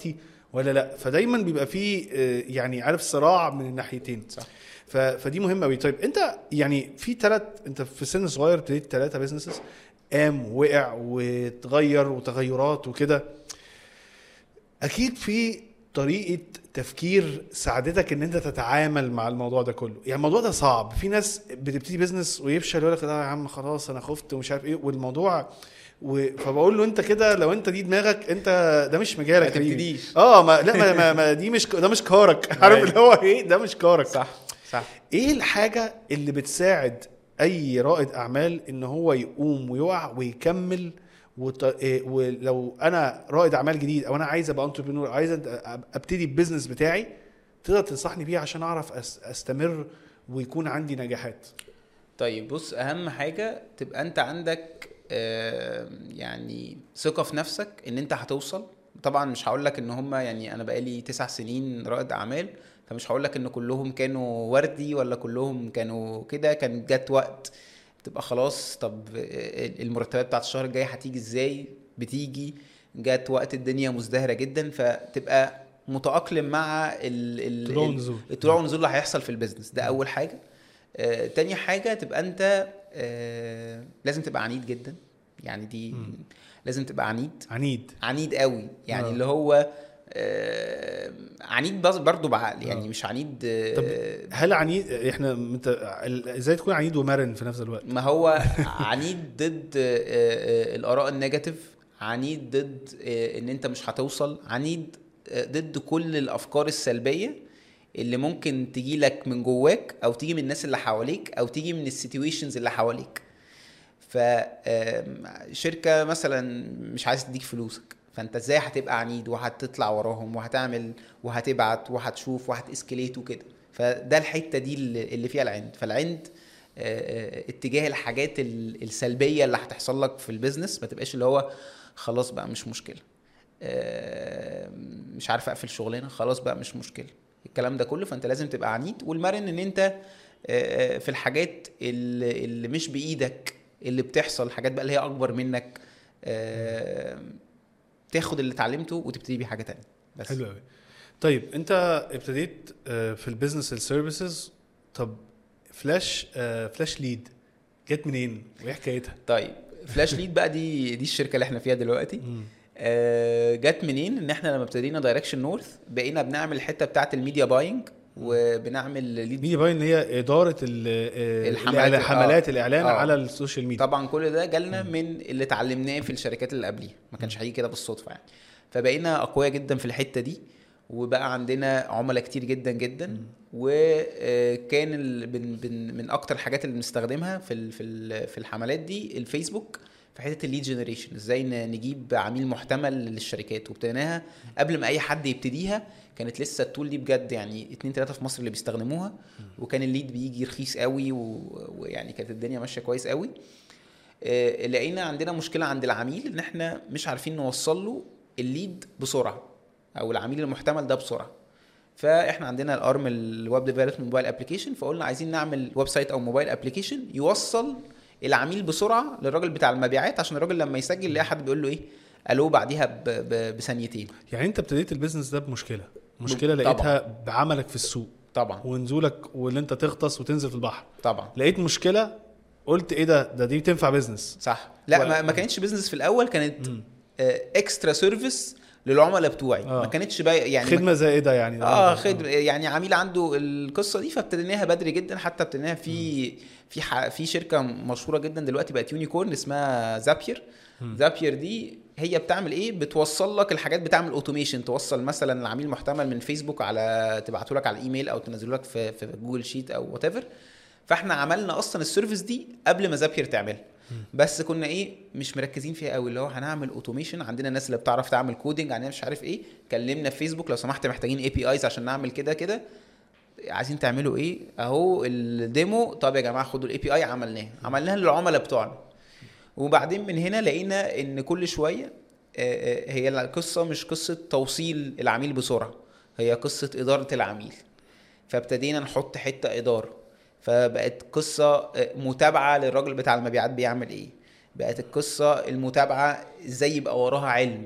ولا لا. فدايما بيبقى فيه آه، يعني عارف صراع من الناحيتين. صح. ف... فدي مهمه قوي. طيب انت يعني في ثلاث، انت في سن صغير ابتديت ثلاثه بيزنسز، قام وقع وتغير وتغيرات وكده، اكيد في طريقه تفكير ساعدتك ان انت تتعامل مع الموضوع ده كله. يعني الموضوع ده صعب، في ناس بتبتدي بيزنس ويفشل يقول لك لا يا عم خلاص انا خفت ومش عارف ايه والموضوع و... فبقول له انت كده لو انت دي دماغك انت ده مش مجالك، ما تبتديش. اه ما لا ما, ما, ما دي مش ده مش كارك عارف اللي هو ايه، ده مش كارك. صح صح. ايه الحاجه اللي بتساعد اي رائد اعمال ان هو يقوم ويقع ويكمل وط... إيه ولو انا رائد اعمال جديد او انا عايز ابقى انتربرينور، عايز ابتدي البيزنس بتاعي، تقدر تنصحني بيه عشان اعرف أس... استمر ويكون عندي نجاحات؟ طيب بص، اهم حاجه تبقى انت عندك آه يعني ثقه في نفسك ان انت هتوصل. طبعا مش هقول لك ان هم يعني انا بقالي تسع سنين رائد اعمال، فمش هقول لك ان كلهم كانوا وردي ولا كلهم كانوا كده. كان جات وقت تبقى خلاص، طب المرتبات بتاعت الشهر الجاي هتيجي ازاي؟ بتيجي. جات وقت الدنيا مزدهره جدا، فتبقى متاقلم مع طلوع ونزول الطلوع والنزول اللي هيحصل في البيزنس ده. اول حاجه. آه، تاني حاجه تبقى انت آه، لازم تبقى عنيد جدا. يعني دي م. لازم تبقى عنيد عنيد عنيد قوي يعني أوه. اللي هو آه عنيد برضو بعقل يعني. أوه. مش عنيد. آه طب هل عنيد احنا انت ازاي تكون عنيد ومرن في نفس الوقت؟ ما هو عنيد ضد آه آه الاراء النيجاتيف، عنيد ضد آه ان انت مش هتوصل، عنيد آه ضد كل الافكار السلبيه اللي ممكن تيجي لك من جواك او تيجي من الناس اللي حواليك او تيجي من السيتويشنز اللي حواليك. فشركه مثلا مش عايز تديك فلوسك، فانت ازاي هتبقى عنيد وهتطلع وراهم وهتعمل وهتبعت وهتشوف وهتاسكليت وكده؟ فده الحته دي اللي فيها العند. فالعند اتجاه الحاجات السلبيه اللي هتحصل لك في البيزنس، ما تبقاش اللي هو خلاص بقى مش مشكله، مش عارف اقفل شغلنا خلاص بقى مش مشكله، الكلام ده كله. فانت لازم تبقى عنيد والمرن ان انت في الحاجات اللي مش بايدك اللي بتحصل، الحاجات بقى اللي هي اكبر منك، تاخد اللي اتعلمته وتبتدي بيه حاجه تانية بس. حلو قوي. طيب انت ابتديت في البيزنس السيرفيسز، طب فلاش فلاش ليد جت منين وايه حكايتها؟ طيب فلاش ليد بقى دي دي الشركه اللي احنا فيها دلوقتي. آه جت منين؟ ان احنا لما ابتدينا دايركشن نورث بقينا بنعمل الحته بتاعه الميديا باينج وبنعمل ليد. ميديا باين هي اداره الحملات حملات آه. الاعلان آه. على السوشيال ميديا. طبعا كل ده جالنا من اللي اتعلمناه في الشركات اللي قبليها، ما كانش هيجي كده بالصدفه يعني. فبقينا اقوياء جدا في الحته دي، وبقى عندنا عملاء كتير جدا جدا. م. وكان من اكتر الحاجات اللي بنستخدمها في في الحملات دي الفيسبوك في حته الليد جنريشن، ازاي نجيب عميل محتمل للشركات. وابتديناها قبل ما اي حد يبتديها، كانت لسه التول دي بجد يعني اتنين تلاتة في مصر اللي بيستخدموها، وكان الليد بيجي رخيص قوي ويعني كانت الدنيا ماشيه كويس قوي. اه لقينا عندنا مشكله عند العميل ان احنا مش عارفين نوصل له الليد بسرعه او العميل المحتمل ده بسرعه. فاحنا عندنا الارم الويب ديفلوبمنت موبايل ابلكيشن، فقلنا عايزين نعمل ويب سايت او موبايل ابلكيشن يوصل العميل بسرعه للراجل بتاع المبيعات، عشان الراجل لما يسجل يلاقي حد بيقول له ايه الو بعديها بثانيتين. يعني انت ابتديت البيزنس ده بمشكله مشكله لقيتها طبعا. بعملك في السوق طبعا، ونزولك واللي انت تغطس وتنزل في البحر طبعا. لقيت مشكله قلت ايه ده ده دي تنفع بيزنس. صح. لا و... ما كانتش بيزنس في الاول، كانت اكسترا سيرفيس للعملاء بتوعي. آه. ما كانتش بقى يعني خدمه زائده يعني. اه خدمه يعني عميل عنده القصه دي، فابتديناها بدري جدا. حتى ابتديناها في في ح... في شركه مشهوره جدا دلوقتي بقت يونيكورن اسمها زابير. زابير دي هي بتعمل ايه؟ بتوصل لك الحاجات، بتعمل اوتوميشن، توصل مثلا العميل محتمل من فيسبوك على تبعته لك على الايميل او تنزله لك في في جوجل شيت او وات ايفر. فاحنا عملنا اصلا السيرفيس دي قبل ما زابير تعملها، بس كنا ايه مش مركزين فيها قوي، اللي هو هنعمل اوتوميشن، عندنا الناس اللي بتعرف تعمل كودينج، عندنا مش عارف ايه. كلمنا في فيسبوك لو سمحت محتاجين اي بي ايز عشان نعمل كده كده، عايزين تعملوا ايه؟ اهو الديمو. طب يا جماعه خدوا الاي بي اي، عملناها عملناها للعملاء بتوعنا. وبعدين من هنا لقينا ان كل شويه هي القصه مش قصه توصيل العميل بسرعه، هي قصه اداره العميل. فابتدينا نحط حته اداره، فبقت قصه متابعه للراجل بتاع المبيعات بيعمل ايه، بقت القصه المتابعه ازاي يبقى وراها علم،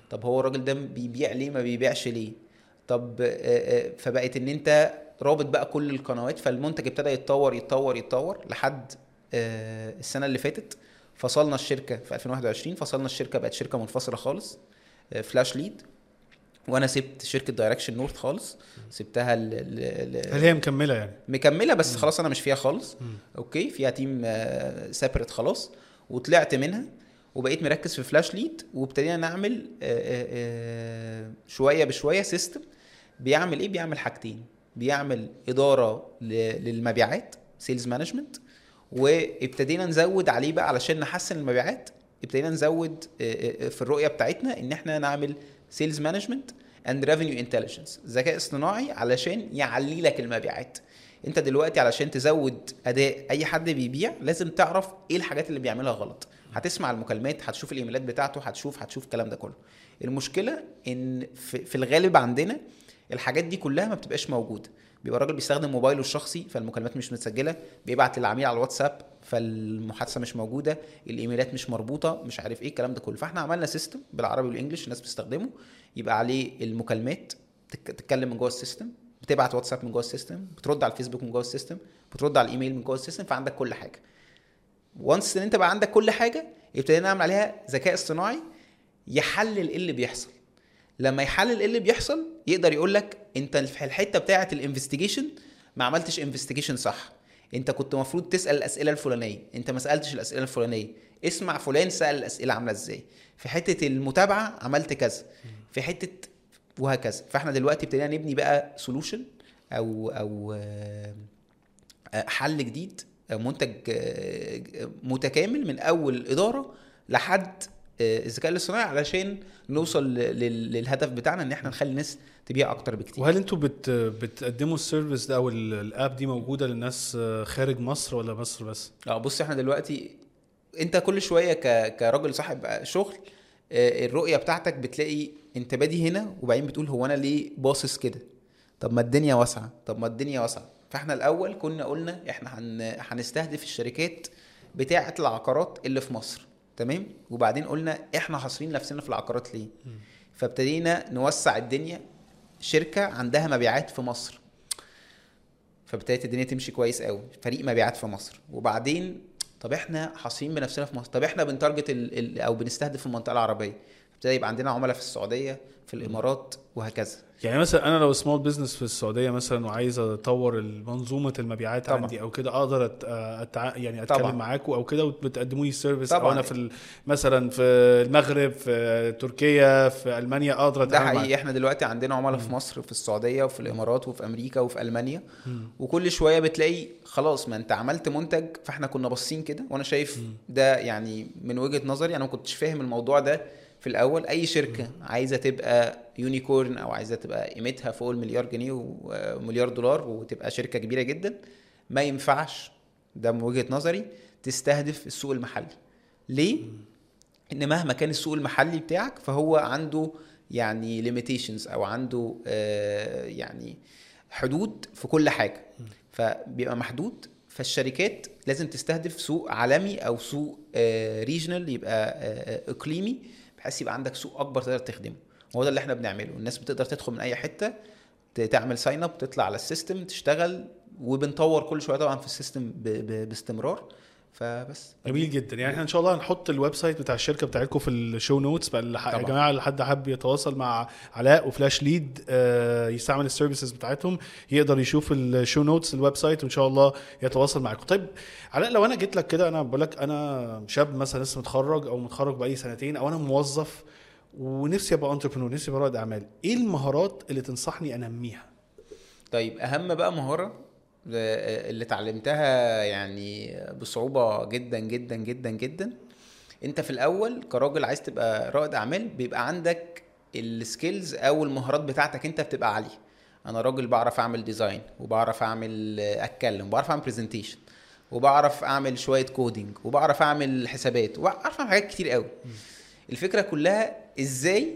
طب هو الراجل ده بيبيع ليه ما بيبيعش ليه؟ طب آه، آه، فبقت ان انت رابط بقى كل القنوات، فالمنتج ابتدى يتطور يتطور يتطور لحد آه، السنه اللي فاتت فصلنا الشركه في ألفين وواحد وعشرين، فصلنا الشركه بقت شركه منفصله خالص، آه، فلاش ليد. وانا سبت شركه دايركشن نورث خالص، سبتها ل... ل... هل هي مكمله يعني؟ مكمله بس خلاص انا مش فيها خالص. اوكي، فيها تيم سيبريت خلاص، وطلعت منها وبقيت مركز في فلاش ليد، وابتدينا نعمل آه، آه، آه، شويه بشويه سيستم بيعمل ايه؟ بيعمل حاجتين، بيعمل اداره ل- للمبيعات، سيلز مانجمنت، وابتدينا نزود عليه بقى علشان نحسن المبيعات. ابتدينا نزود آه، آه، في الرؤيه بتاعتنا ان احنا نعمل سيلز مانجمنت اند ريفينيو انتليجنس، ذكاء اصطناعي علشان يعلي لك المبيعات. انت دلوقتي علشان تزود اداء اي حد بيبيع لازم تعرف ايه الحاجات اللي بيعملها غلط. هتسمع المكالمات، هتشوف الايميلات بتاعته، هتشوف هتشوف الكلام ده كله. المشكله ان في, في الغالب عندنا الحاجات دي كلها ما بتبقاش موجوده. بيبقى الراجل بيستخدم موبايله الشخصي فالمكالمات مش متسجله، بيبعت للعميل على الواتساب فالمحادثه مش موجوده، الايميلات مش مربوطه، مش عارف ايه الكلام ده كله. فاحنا عملنا سيستم بالعربي والانجليش الناس بتستخدمه، يبقى عليه المكالمات تك- تتكلم من جوه السيستم، بتبعت واتساب من جوه السيستم، بترد على الفيسبوك من جوه السيستم، بترد على الايميل من جوه السيستم، فعندك كل حاجه. وانس ان انت بقى عندك كل حاجه، ابتدينا نعمل عليها ذكاء اصطناعي يحلل ايه اللي بيحصل. لما يحلل ايه اللي بيحصل يقدر يقول لك انت في الحته بتاعه الانفستيجيشن ما عملتش انفستيجيشن صح، انت كنت مفروض تسال الاسئله الفلانيه، انت ما سالتش الاسئله الفلانيه، اسمع فلان سال الاسئله عامله ازاي، في حته المتابعه عملت كذا، في حته وهكذا. فاحنا دلوقتي ابتدينا نبني بقى سولوشن او او آه، آه، حل جديد، آه، منتج آه، متكامل من اول الاداره لحد آه، الذكاء الاصطناعي علشان نوصل لل- للهدف بتاعنا ان احنا نخلي الناس تبيع اكتر بكتير. وهل انتوا بت بتقدموا السيرفيس ده او ال- الاب دي موجوده للناس خارج مصر ولا مصر بس؟ اه بص، احنا دلوقتي انت كل شويه ك... كراجل صاحب شغل، آه، الرؤيه بتاعتك بتلاقي انت بادي هنا وبعدين بتقول هو انا ليه باصص كده؟ طب ما الدنيا واسعه، طب ما الدنيا واسعه. فاحنا الاول كنا قلنا احنا هن... هنستهدف الشركات بتاعه العقارات اللي في مصر، تمام؟ وبعدين قلنا احنا حاصرين نفسنا في العقارات ليه؟ فابتدينا نوسع الدنيا، شركه عندها مبيعات في مصر، فابتدت الدنيا تمشي كويس قوي، فريق مبيعات في مصر. وبعدين طب احنا حاصرين بنفسنا في مصر، طب احنا بنتارجت ال ال او بنستهدف المنطقه العربيه، ابتدى يبقى عندنا عملاء في السعوديه، في الامارات، وهكذا. يعني مثلا انا لو سمول بزنس في السعوديه مثلا وعايز اطور منظومه المبيعات طبعا. عندي او كده، اقدر أت... أتع... يعني اتكلم طبعا. معاكم او كده وبتقدموا لي سيرفيس؟ طبعا. او انا في ال... مثلا في المغرب، في تركيا، في المانيا، اقدر ده اتعامل حقيقي، معاكم؟ احنا دلوقتي عندنا عملاء في مصر، في السعوديه، وفي الامارات، وفي امريكا، وفي المانيا. وكل شويه بتلاقي خلاص ما انت عملت منتج. فاحنا كنا باصين كده، وانا شايف ده يعني من وجهه نظري، انا ما كنتش فاهم الموضوع ده في الاول. اي شركه عايزه تبقى يونيكورن او عايزه تبقى قيمتها فوق المليار جنيه ومليار دولار وتبقى شركه كبيره جدا، ما ينفعش، ده من وجهه نظري، تستهدف السوق المحلي. ليه؟ ان مهما كان السوق المحلي بتاعك فهو عنده يعني ليميتيشنز او عنده آه يعني حدود في كل حاجه، فبيبقى محدود. فالشركات لازم تستهدف سوق عالمي او سوق آه ريجنال، يبقى آه اقليمي، بحيث يبقى عندك سوق اكبر تقدر تخدمه. وهو ده اللي احنا بنعمله. الناس بتقدر تدخل من اي حته، تعمل ساين اب، تطلع على السيستم، تشتغل، وبنطور كل شويه طبعا في السيستم باستمرار. فبس جميل جدا. يعني احنا ان شاء الله هنحط الويب سايت بتاع الشركه بتاعتكم في الشو نوتس بقى. يا جماعه اللي حد حابب يتواصل مع علاء وفلاش ليد آه يستعمل السيرفيسز بتاعتهم، يقدر يشوف الشو نوتس الويب سايت، وان شاء الله يتواصل معاكم. طيب علاء، لو انا جيت لك كده، انا بقول لك انا شاب مثلا لسه متخرج او متخرج بقالي سنتين، او انا موظف ونفسي ابقى انتربرنور، نفسي ابقى رائد اعمال، ايه المهارات اللي تنصحني انميها؟ طيب اهم بقى مهاره اللي اتعلمتها يعني بصعوبة جدا جدا جدا جدا، انت في الاول كراجل عايز تبقى رائد اعمال بيبقى عندك السكيلز او المهارات بتاعتك انت بتبقى عالية. انا راجل بعرف اعمل ديزاين، وبعرف اعمل اتكلم، وبعرف اعمل برزنتيشن، وبعرف اعمل شوية كودينج، وبعرف اعمل حسابات، وبعرف اعمل حاجات كتير قوي. الفكرة كلها ازاي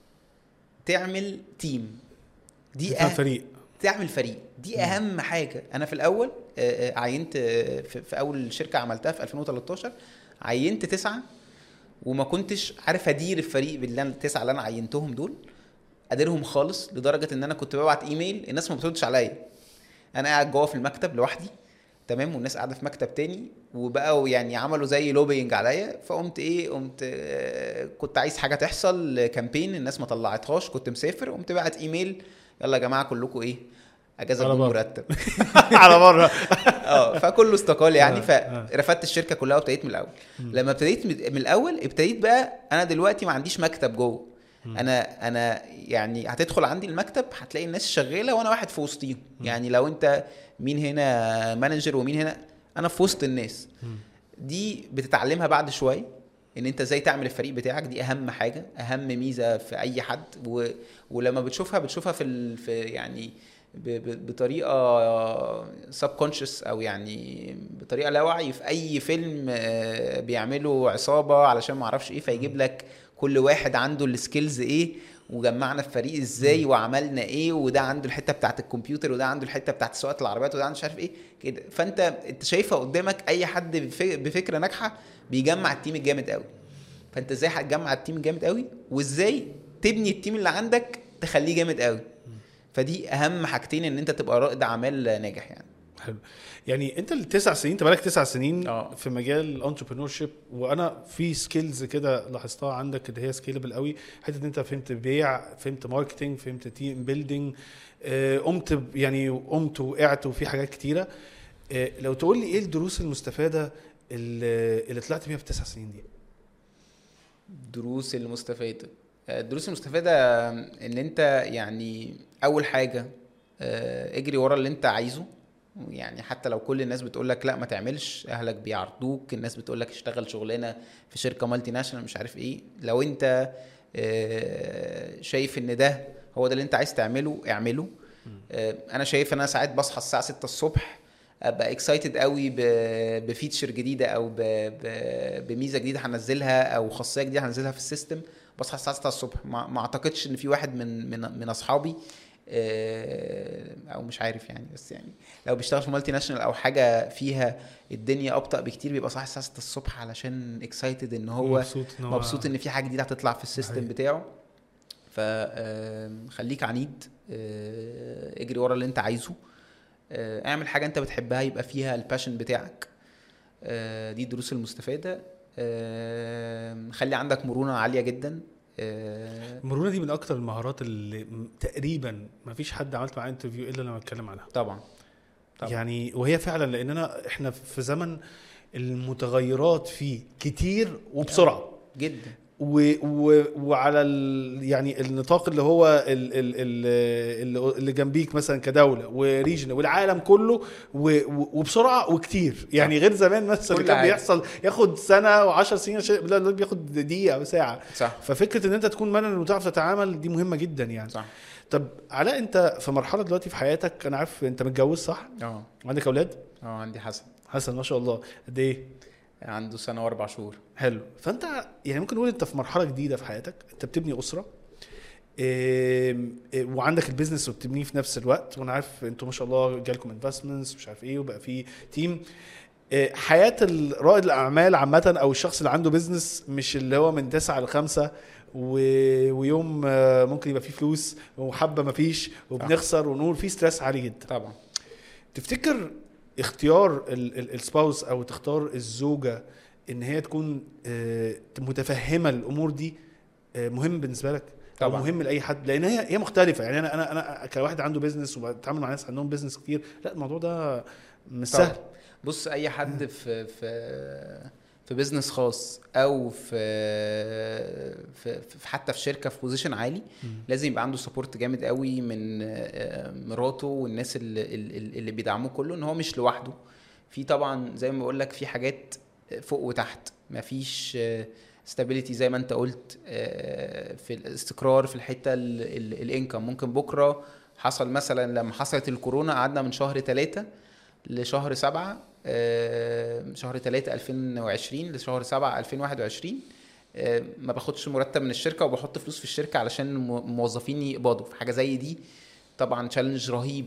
تعمل تيم، دي أه... فريق تعمل فريق، دي اهم حاجه. انا في الاول عينت في اول شركه عملتها في ألفين وتلتاشر، عينت تسعة وما كنتش عارف ادير الفريق باللي انا التسعه اللي انا عينتهم دول، اديرهم خالص، لدرجه ان انا كنت ببعت ايميل الناس ما بتردش عليا، انا قاعد جوه في المكتب لوحدي تمام، والناس قاعده في مكتب تاني، وبقوا يعني عملوا زي لوبينج عليا. فقمت ايه قمت آه كنت عايز حاجه تحصل كامبين، الناس ما طلعتهاش، كنت مسافر، قمت بعت ايميل يلا يا جماعه كلكم ايه اجازه بدون مرتب على بره. اه فكله استقال يعني. فرفدت الشركه كلها وابتديت من الاول. لما ابتديت من الاول ابتديت بقى انا دلوقتي ما عنديش مكتب جوه، انا انا يعني هتدخل عندي المكتب هتلاقي الناس شغاله وانا واحد في وسطهم. يعني لو انت مين هنا مانجر ومين هنا، انا في وسط الناس دي. بتتعلمها بعد شويه ان انت ازاي تعمل الفريق بتاعك، دي اهم حاجه، اهم ميزه في اي حد. و... ولما بتشوفها بتشوفها في, ال... في يعني ب... ب... بطريقه سبكونشس او يعني بطريقه لا وعي. في اي فيلم بيعملوا عصابه علشان ما اعرفش ايه، فيجيب لك كل واحد عنده السكيلز ايه، وجمعنا الفريق ازاي وعملنا ايه، وده عنده الحته بتاعه الكمبيوتر وده عنده الحته بتاعه سواقه العربيات وده عنده مش عارف ايه كده. فانت انت شايفها قدامك اي حد بفكره ناجحه بيجمع التيم الجامد قوي. فانت ازاي هتجمع التيم الجامد قوي، وازاي تبني التيم اللي عندك تخليه جامد قوي. فدي اهم حاجتين ان انت تبقى رائد اعمال ناجح يعني. حلو. يعني انت التسع سنين، انت بقالك تسع سنين أوه. في مجال الانتربرينور شيب، وانا في سكيلز كده لاحظتها عندك اللي هي سكيلبل قوي. حته انت فهمت بيع، فهمت ماركتنج، فهمت تيم بيلدينج، قمت يعني قمت وقعت وفي حاجات كتيره. اه لو تقول لي ايه الدروس المستفاده اللي, اللي طلعت بيها في التسع سنين دي؟ الدروس المستفاده الدروس المستفاده ان انت يعني اول حاجه اجري ورا اللي انت عايزه. يعني حتى لو كل الناس بتقولك لا ما تعملش، اهلك بيعرضوك، الناس بتقولك اشتغل شغلانه في شركه مالتي ناشونال مش عارف ايه، لو انت شايف ان ده هو ده اللي انت عايز تعمله اعمله. انا شايف ان انا ساعات بصحى الساعه ستة الصبح ابقى اكسايتد قوي بفيتشر جديده او بميزه جديده هنزلها او خاصيه جديده هنزلها في السيستم. بصحى الساعه ستة الصبح، ما اعتقدش ان في واحد من من من اصحابي او مش عارف يعني، بس يعني لو بيشتغل في مالتي ناشونال او حاجه فيها الدنيا ابطا بكتير بيبقى صاحي الساعه ستة الصبح علشان اكسايتد ان هو مبسوط, مبسوط ان في حاجه جديده هتطلع في السيستم بتاعه. فخليك عنيد، اجري ورا اللي انت عايزه، اعمل حاجه انت بتحبها يبقى فيها الباشن بتاعك. دي الدروس المستفاده. خلي عندك مرونه عاليه جدا. المرونه دي من اكتر المهارات اللي تقريبا ما فيش حد عملت معاه انترفيو الا لما اتكلم عنها. طبعا. طبعا وهي وهي فعلا لاننا احنا في زمن المتغيرات فيه كتير وبسرعه جدا، و و وعلى ال يعني النطاق اللي هو ال ال ال اللي جنبيك مثلا كدوله وريجن والعالم كله وبسرعه وكتير. يعني غير زمان مثلا كان بيحصل ياخد سنه وعشر سنين، لا بياخد دقيقه وساعه. صح. ففكره ان انت تكون مانجر وتعرف تتعامل دي مهمه جدا يعني. صح. طب علاء، انت في مرحله دلوقتي في حياتك، انا عارف انت متجوز صح؟ اه. وعندك اولاد؟ اه عندي حسن. حسن ما شاء الله قد ايه؟ عنده سنه واربع شهور. حلو. فانت يعني ممكن نقول انت في مرحله جديده في حياتك، انت بتبني اسره إيه إيه وعندك البيزنس وبتبنيه في نفس الوقت، وانا عارف انتوا ما شاء الله جالكم انفستمنتس مش عارف ايه وبقى في تيم. إيه حياه الرائد الاعمال عامه او الشخص اللي عنده بيزنس مش اللي هو من تسعة لخمسة ويوم ممكن يبقى فيه فلوس وحبه ما فيش وبنخسر ونقول فيه ستريس عالي جدا. طبعا. تفتكر اختيار السباوس او تختار الزوجه ان هي تكون متفهمه الامور دي مهم بالنسبه لك؟ طبعا مهم لاي حد، لان هي هي مختلفه. يعني انا انا انا كواحد عنده بيزنس وبتعامل مع ناس عندهم بيزنس كتير، لا الموضوع ده مش سهل. بص اي حد في في في بيزنس خاص او في في, في حتى في شركه في بوزيشن عالي م. لازم يبقى عنده سبورت جامد قوي من مراته والناس اللي اللي بيدعموه كله، ان هو مش لوحده. في طبعا زي ما بقول لك في حاجات فوق وتحت، مفيش stability زي ما انت قلت في الاستقرار في الحته الانكم. ممكن بكره حصل مثلا لما حصلت الكورونا قعدنا من شهر ثلاثة لشهر سبعة، شهر ثلاثة ألفين وعشرين لشهر سبعة ألفين وواحد وعشرين ما باخدش مرتب من الشركه وبحط فلوس في الشركه علشان موظفيني يقبضوا في حاجه زي دي. طبعا تشالنج رهيب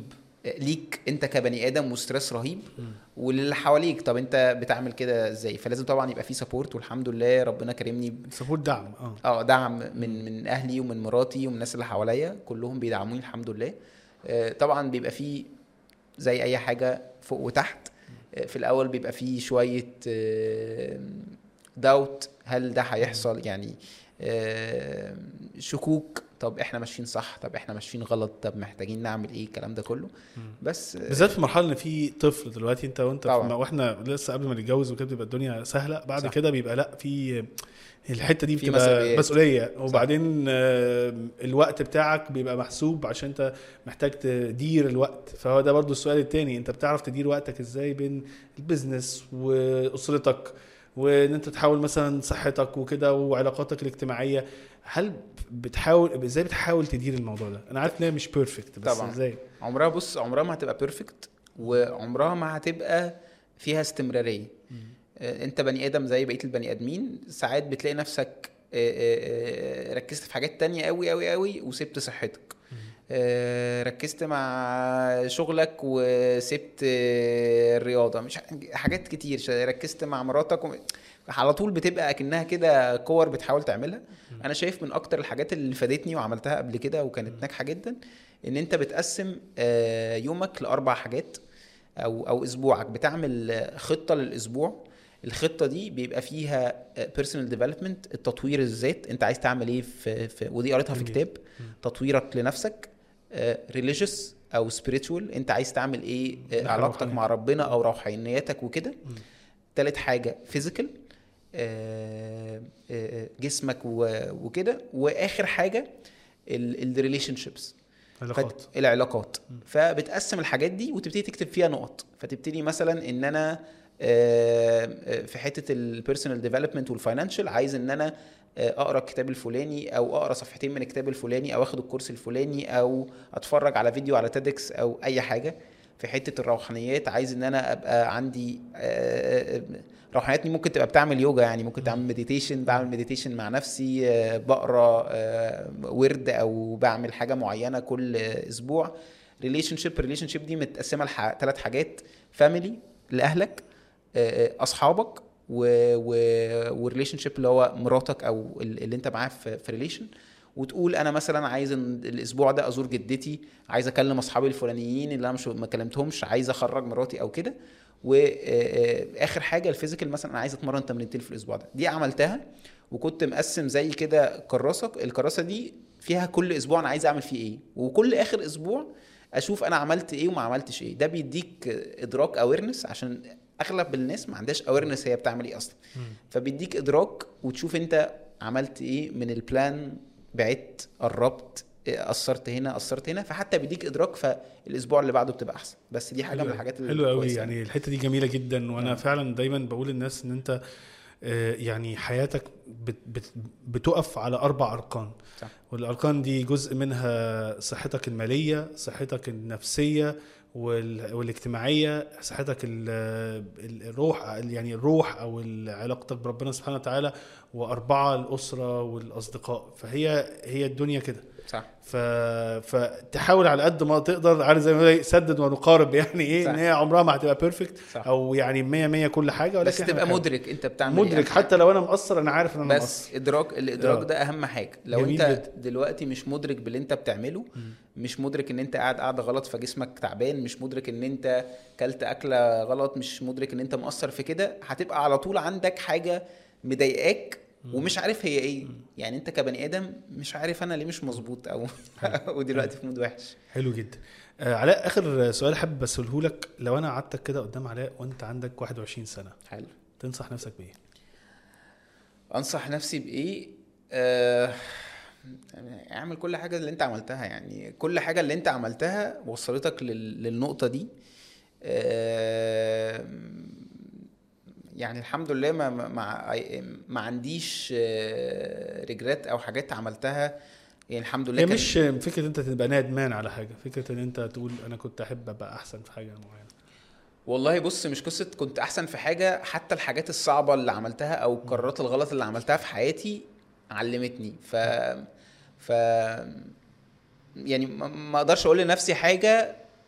ليك انت كبني ادم وستريس رهيب واللي حواليك. طب انت بتعمل كده ازاي؟ فلازم طبعا يبقى في سبورت، والحمد لله ربنا كرمني سبورت دعم اه اه دعم من من اهلي ومن مراتي ومن الناس اللي حواليا، كلهم بيدعموني الحمد لله. آه طبعا بيبقى في زي اي حاجه فوق وتحت. آه في الاول بيبقى في شويه آه داوت، هل ده هيحصل؟ يعني آه شكوك، طب احنا ماشيين صح، طب احنا ماشيين غلط، طب محتاجين نعمل ايه، الكلام ده كله. بس بالذات في مرحله ان في طفل دلوقتي انت وانت طبعاً. واحنا لسه قبل ما نتجوز وكده بيبقى الدنيا سهله، بعد صح. كده بيبقى لا في الحته دي في بتبقى مسؤوليات. مسؤوليه، وبعدين آه، الوقت بتاعك بيبقى محسوب عشان انت محتاج تدير الوقت. فهو ده برضو السؤال التاني، انت بتعرف تدير وقتك ازاي بين البيزنس واسرتك، وان انت تحاول مثلا صحتك وكده وعلاقاتك الاجتماعيه؟ هل بتحاول ازاي بتحاول تدير الموضوع ده؟ انا عارف ان هي مش بيرفكت بس طبعاً. ازاي؟ عمرها بص عمرها ما هتبقى بيرفكت، وعمرها ما هتبقى فيها استمراريه. آه، انت بني ادم زي بقيه البني ادمين، ساعات بتلاقي نفسك آه، آه، آه، ركزت في حاجات تانية قوي قوي قوي وسبت صحتك. آه، ركزت مع شغلك وسبت آه، الرياضه، مش حاجات كتير. ركزت مع مراتك و... على طول بتبقى اكنها كده كور بتحاول تعملها. انا شايف من اكتر الحاجات اللي فادتني وعملتها قبل كده وكانت ناجحه جدا، ان انت بتقسم آه، يومك لاربع حاجات، او او اسبوعك بتعمل خطه للاسبوع. الخطه دي بيبقى فيها بيرسونال ديفلوبمنت، التطوير الذات، انت عايز تعمل ايه في, في ودي قريتها في كتاب، تطويرك لنفسك. ريليجيوس او سبيريتوال، انت عايز تعمل ايه، علاقتك مع ربنا او روحانيتك وكده. ثالث حاجه فيزيكال، جسمك وكده. واخر حاجه الريليشن شيبس، العلاقات. العلاقات. فبتقسم الحاجات دي وتبتدي تكتب فيها نقط. فتبتدي مثلا ان انا في حته البيرسونال ديفلوبمنت والفاينانشال، عايز ان انا اقرا الكتاب الفلاني، او اقرا صفحتين من الكتاب الفلاني، او اخد الكورس الفلاني، او اتفرج على فيديو على تيدكس او اي حاجه. في حته الروحانيات، عايز ان انا ابقى عندي روحانيات ممكن تبقى بتعمل يوجا، يعني ممكن تعمل مديتيشن، بعمل مديتيشن مع نفسي، بقرا ورد، او بعمل حاجه معينه كل اسبوع. ريليشن شيب، ريليشن شيب دي متقسمه لثلاث حاجات: فاميلي لاهلك، اصحابك، وريليشن شيب اللي هو مراتك او اللي انت معاه في ريليشن. وتقول انا مثلا عايز الاسبوع ده ازور جدتي، عايز اكلم اصحابي الفلانيين اللي انا مش ما كلمتهمش، عايز اخرج مراتي او كده. واخر حاجه الفيزيكال، مثلا انا عايز اتمرن تمرينتين في الاسبوع ده. دي عملتها وكنت مقسم زي كده كراسه. الكراسه دي فيها كل اسبوع انا عايز اعمل فيه ايه، وكل اخر اسبوع اشوف انا عملت ايه وما عملتش ايه. ده بيديك ادراك، اويرنس، عشان اغلب الناس ما عندهاش اويرنس هي بتعمل ايه اصلا. فبيديك ادراك وتشوف انت عملت ايه من البلان، بعدت، قربت، اثرت هنا، اثرت هنا. فحتى بيديك ادراك، فالاسبوع اللي بعده بتبقى احسن. بس دي حاجه من الحاجات اللي حلوه قوي يعني. الحته دي جميله جدا، وانا آه. فعلا دايما بقول للناس ان انت يعني حياتك بت بت بتقف على اربع اركان. صح. والاركان دي جزء منها صحتك الماليه، صحتك النفسيه والاجتماعيه، صحتك الروح، يعني الروح او علاقتك بربنا سبحانه وتعالى، واربعه الاسره والاصدقاء. فهي هي الدنيا كده. صح. ف... فتحاول على قد ما تقدر، على زي ما سدد ونقارب، يعني ايه صح. ان هي عمرها ما هتبقى بيرفكت او يعني مية مية كل حاجه، ولكن بس تبقى مدرك انت بتعمل مدرك إيه. حتى لو انا مقصر انا عارف ان انا مقصر. بس ادراك، الادراك ده اهم حاجه. لو انت جدا. دلوقتي مش مدرك باللي انت بتعمله، م. مش مدرك ان انت قاعد قاعده غلط فجسمك تعبان، مش مدرك ان انت كلت اكله غلط، مش مدرك ان انت مقصر في كده، هتبقى على طول عندك حاجه مضايقاك ومش عارف هي ايه. يعني انت كبني ادم مش عارف انا ليه مش مظبوط او ودلوقتي في مود وحش. حلو جدا. آه علاء، اخر سؤال حابب اساله لك. لو انا قعدتك كده قدام علاء وانت عندك واحد وعشرين سنه، حلو، تنصح نفسك بايه؟ انصح نفسي بايه؟ آه اعمل كل حاجه اللي انت عملتها. يعني كل حاجه اللي انت عملتها وصلتك لل... للنقطه دي. آه يعني الحمد لله ما ما ما عنديش ريجريت او حاجات عملتها. يعني الحمد لله. هي مش فكره انت تبقى ندمان على حاجه، فكره ان انت تقول انا كنت احب ابقى احسن في حاجه معينه. والله بص، مش قصه كنت احسن في حاجه، حتى الحاجات الصعبه اللي عملتها او القرارات الغلط اللي عملتها في حياتي علمتني. ف ف يعني ما اقدرش اقول لنفسي حاجه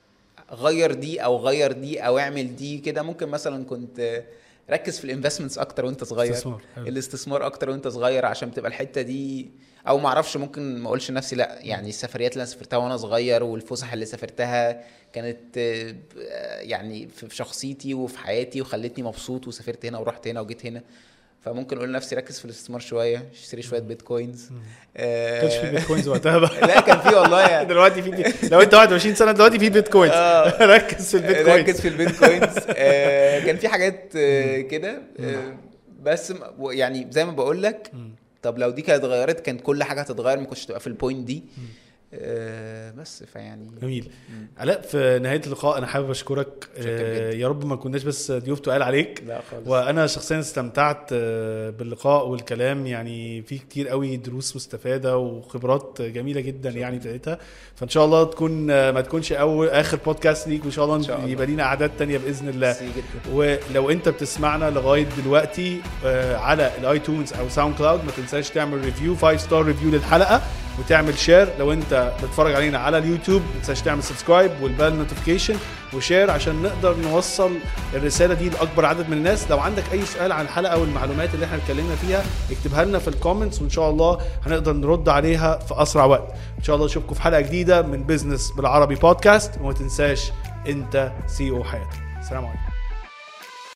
غير دي او غير دي او اعمل دي كده. ممكن مثلا كنت ركز في الانفستمنتس اكتر وانت صغير، استثمار. الاستثمار اكتر وانت صغير عشان تبقى الحته دي، او ما اعرفش ممكن ما اقولش لنفسي لا، يعني السفريات اللي انا سافرتها وانا صغير والفسح اللي سافرتها كانت يعني في شخصيتي وفي حياتي وخلتني مبسوط، وسافرت هنا ورحت هنا وجيت هنا. فممكن اقول لنفسي ركز في الاستثمار شويه، اشتري شويه بيتكوينز. آه كانش في بيتكوينز وقتها بقى؟ لا كان في والله يعني. دلوقتي في بي... لو انت واحد وعشرين سنه دلوقتي في بيتكوينز. آه ركز في البيتكوينز، ركز في البيتكوينز. آه كان في حاجات آه كده آه بس يعني زي ما بقول لك، طب لو دي كانت اتغيرت كان كل حاجه هتتغير، ما كنتش تبقى في البوينت دي. آه بس فيعني جميل. علاء في نهايه اللقاء انا حابب اشكرك. آه يا رب ما كناش بس ضيوف تقال عليك، لا خالص. وانا شخصيا استمتعت آه باللقاء والكلام، يعني في كتير قوي دروس مستفاده وخبرات جميله جدا يعني ابتديتها. فان شاء الله تكون آه ما تكونش اول اخر بودكاست ليك، وان شاء الله, الله. يبقى لينا اعداد تانية باذن الله. ولو انت بتسمعنا لغايه دلوقتي آه على الايتونز او ساوند كلاود، ما تنساش تعمل ريفيو خمسة ستار ريفيو للحلقه، وتعمل شير. لو انت بتتفرج علينا على اليوتيوب ما تنساش تعمل سبسكرايب والبال نوتيفيكيشن وشير عشان نقدر نوصل الرساله دي لاكبر عدد من الناس. لو عندك اي سؤال عن الحلقه والمعلومات اللي احنا اتكلمنا فيها اكتبها لنا في الكومنتس، وان شاء الله هنقدر نرد عليها في اسرع وقت. ان شاء الله اشوفكم في حلقه جديده من بيزنس بالعربي بودكاست، وما تنساش انت سي او حياتك. السلام عليكم.